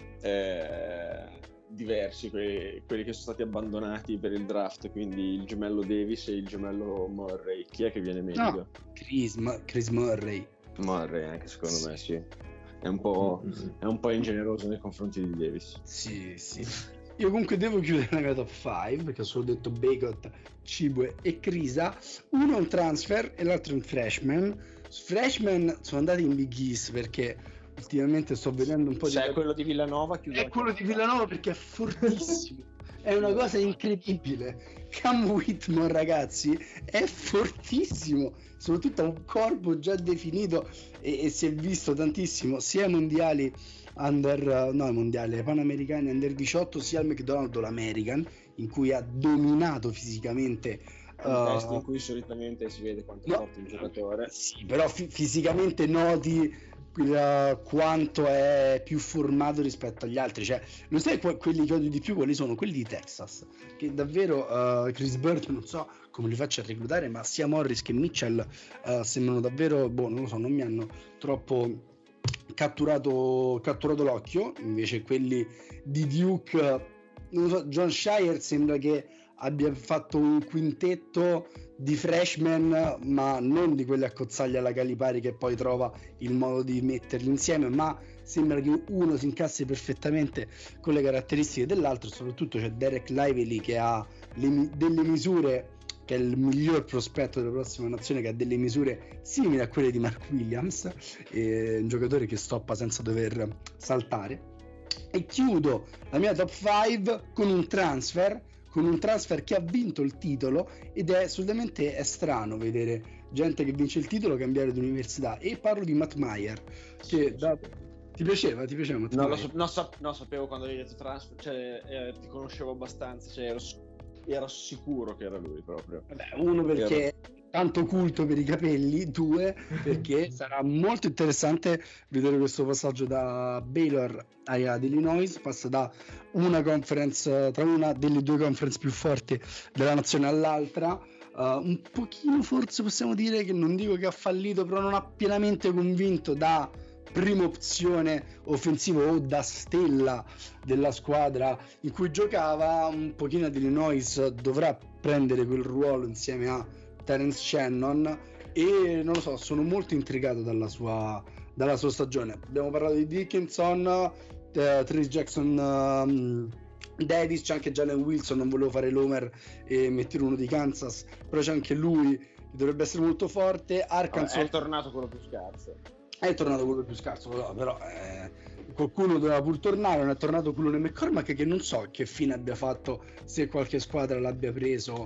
eh, diversi, quelli, quelli che sono stati abbandonati per il draft, quindi il gemello Davis e il gemello Murray, chi è che viene meglio? no, Chris, Ma- Chris Murray. Murray, anche secondo me, sì. È un po', è un po' ingeneroso nei confronti di Davis. Sì, sì. Io comunque devo chiudere la mia top cinque, perché ho solo detto Bacot, Cibue e Crisa. Uno è un transfer e l'altro è un freshman. Freshman sono andati in Big East, perché ultimamente sto vedendo un po' Se di... è quello di Villanova, chiudo È anche quello la di top. Villanova, perché è fortissimo. È una cosa incredibile. Cam Whitmore, ragazzi, è fortissimo. Soprattutto ha un corpo già definito, e, e si è visto tantissimo sia ai mondiali under, no, ai mondiali, ai panamericani under diciotto, sia al McDonald's l'American, in cui ha dominato fisicamente. Contesti uh, in cui solitamente si vede quanto è no, forte il giocatore. sì, però fi- fisicamente noti il- quanto è più formato rispetto agli altri. Cioè, lo sai, que- quelli che odio di più quali sono? Quelli di Texas, che davvero uh, Chris Bird non so come li faccia a reclutare, ma sia Morris che Mitchell uh, sembrano davvero, boh, non lo so, non mi hanno troppo catturato, catturato l'occhio. Invece quelli di Duke, non lo so, John Shire sembra che abbia fatto un quintetto di freshman, ma non di quelli a cozzaglia alla Calipari, che poi trova il modo di metterli insieme, ma sembra che uno si incassi perfettamente con le caratteristiche dell'altro. Soprattutto c'è Derek Lively, che ha le, delle misure, che è il miglior prospetto della prossima nazione, che ha delle misure simili a quelle di Mark Williams, e un giocatore che stoppa senza dover saltare. E chiudo la mia top cinque con un transfer con un transfer che ha vinto il titolo, ed è assolutamente è strano vedere gente che vince il titolo cambiare di università, e parlo di Matt Meyer, che da... ti piaceva? Ti piaceva Matt No, lo Meyer? so- no, sa- no, sapevo quando hai detto transfer, cioè eh, ti conoscevo abbastanza, cioè ero, s- ero sicuro che era lui proprio. Vabbè, uno perché è tanto culto per i capelli, due perché sarà molto interessante vedere questo passaggio da Baylor ad Illinois. Passa da una conference, tra una delle due conference più forti della nazione all'altra, uh, un pochino forse possiamo dire che, non dico che ha fallito, però non ha pienamente convinto da prima opzione offensiva o da stella della squadra in cui giocava. Un pochino ad Illinois dovrà prendere quel ruolo insieme a Terence Shannon, e non lo so, sono molto intrigato dalla sua, dalla sua stagione. Abbiamo parlato di Dickinson, uh, Trace Jackson, um, Davis, c'è anche Jalen Wilson, non volevo fare l'homer e mettere uno di Kansas, però c'è anche lui, dovrebbe essere molto forte. Arkansas Vabbè, è tornato quello più scarso. è tornato quello più scarso, però, però eh, qualcuno doveva pur tornare. Non è tornato quello di McCormack, che non so che fine abbia fatto, se qualche squadra l'abbia preso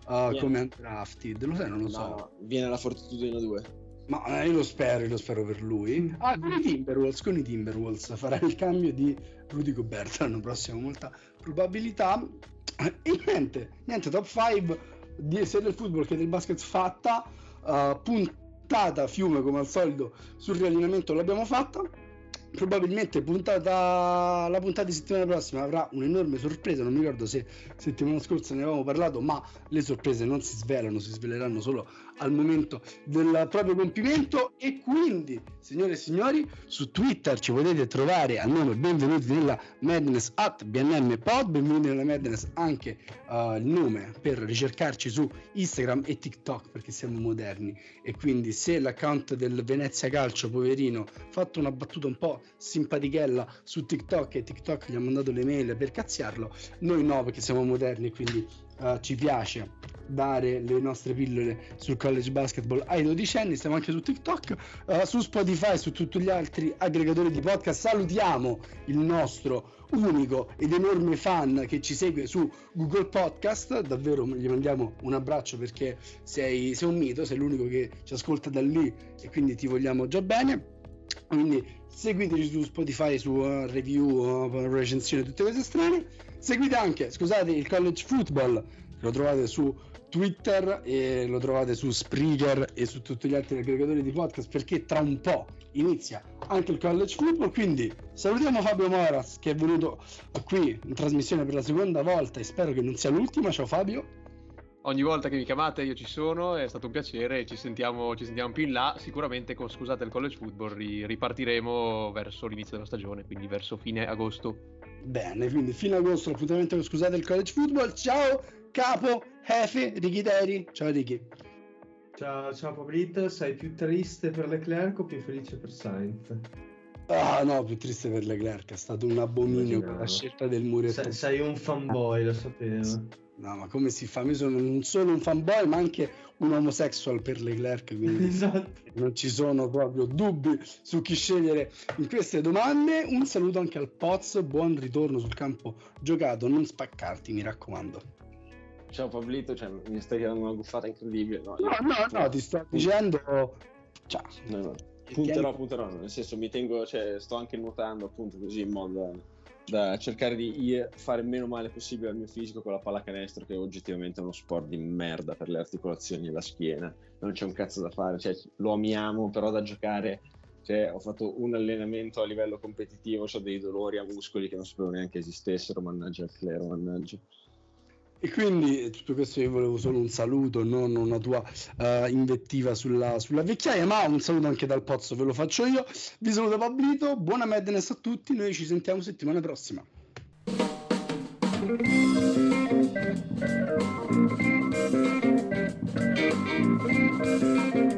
uh, come undrafted, lo sai, non lo so. No, viene la Fortitudine due. Ma eh, io lo spero, io lo spero per lui. Ah, con i Timberwolves, con i Timberwolves farà il cambio di Rudy Gobert l'anno prossimo, molta probabilità. E niente, niente, top cinque di sia del football che del basket fatta. Uh, puntata fiume come al solito sul riallineamento l'abbiamo fatta. Probabilmente puntata, la puntata di settimana prossima avrà un'enorme sorpresa. Non mi ricordo se settimana scorsa ne avevamo parlato, ma le sorprese non si svelano, si sveleranno solo al momento del proprio compimento. E quindi, signore e signori, su Twitter ci potete trovare al nome benvenuti nella Madness at B N M Pod, benvenuti nella Madness anche uh, il nome per ricercarci su Instagram e TikTok, perché siamo moderni. E quindi se l'account del Venezia Calcio, poverino, fatto una battuta un po' simpatichella su TikTok e TikTok gli ha mandato le mail per cazziarlo, noi no, perché siamo moderni e quindi uh, ci piace dare le nostre pillole sul college basketball ai dodicenni. Siamo anche su TikTok, uh, su Spotify, su tutti gli altri aggregatori di podcast. Salutiamo il nostro unico ed enorme fan che ci segue su Google Podcast, davvero gli mandiamo un abbraccio perché sei, sei un mito, sei l'unico che ci ascolta da lì e quindi ti vogliamo già bene. Quindi seguiteci su Spotify, su uh, review, uh, recensioni, tutte cose strane. Seguite anche, scusate, il college football, lo trovate su Twitter e lo trovate su Spreaker e su tutti gli altri aggregatori di podcast, perché tra un po' inizia anche il college football. Quindi salutiamo Fabio Moras che è venuto qui in trasmissione per la seconda volta e spero che non sia l'ultima. Ciao Fabio. Ogni volta che mi chiamate io ci sono, è stato un piacere, ci sentiamo, ci sentiamo più in là, sicuramente con scusate il college football ri- ripartiremo verso l'inizio della stagione, quindi verso fine agosto. Bene, quindi fine agosto l'appuntamento con scusate il college football. Ciao Capo, Efe, Richiteri, ciao Ricky. Ciao, ciao Pablito, sei più triste per Leclerc o più felice per Sainz? Ah no, più triste per Leclerc, è stato un abominio con la scelta del muretto. Sei, sei un fanboy, lo sapevo. No, ma come si fa? Io sono non solo un fanboy, ma anche un homosexual per Leclerc, quindi Esatto. non ci sono proprio dubbi su chi scegliere in queste domande. Un saluto anche al Poz, buon ritorno sul campo giocato, non spaccarti, mi raccomando. Ciao Pablito, cioè, mi stai tirando una buffata incredibile. No, No, no, no, ti sto dicendo ciao. No, no. Punterò, punterò, nel senso mi tengo, cioè sto anche nuotando appunto così in modo da, da cercare di fare meno male possibile al mio fisico con la pallacanestro, che oggettivamente è uno sport di merda per le articolazioni e la schiena, non c'è un cazzo da fare, cioè lo amiamo, però da giocare, cioè ho fatto un allenamento a livello competitivo, ho dei dolori a muscoli che non sapevo neanche esistessero, mannaggia il clero, mannaggia. E quindi tutto questo io volevo solo un saluto, non una tua uh, invettiva sulla, sulla vecchiaia, ma un saluto anche dal Pozzo ve lo faccio io. Vi saluto Pablito, buona Madness a tutti, noi ci sentiamo settimana prossima. Thank you.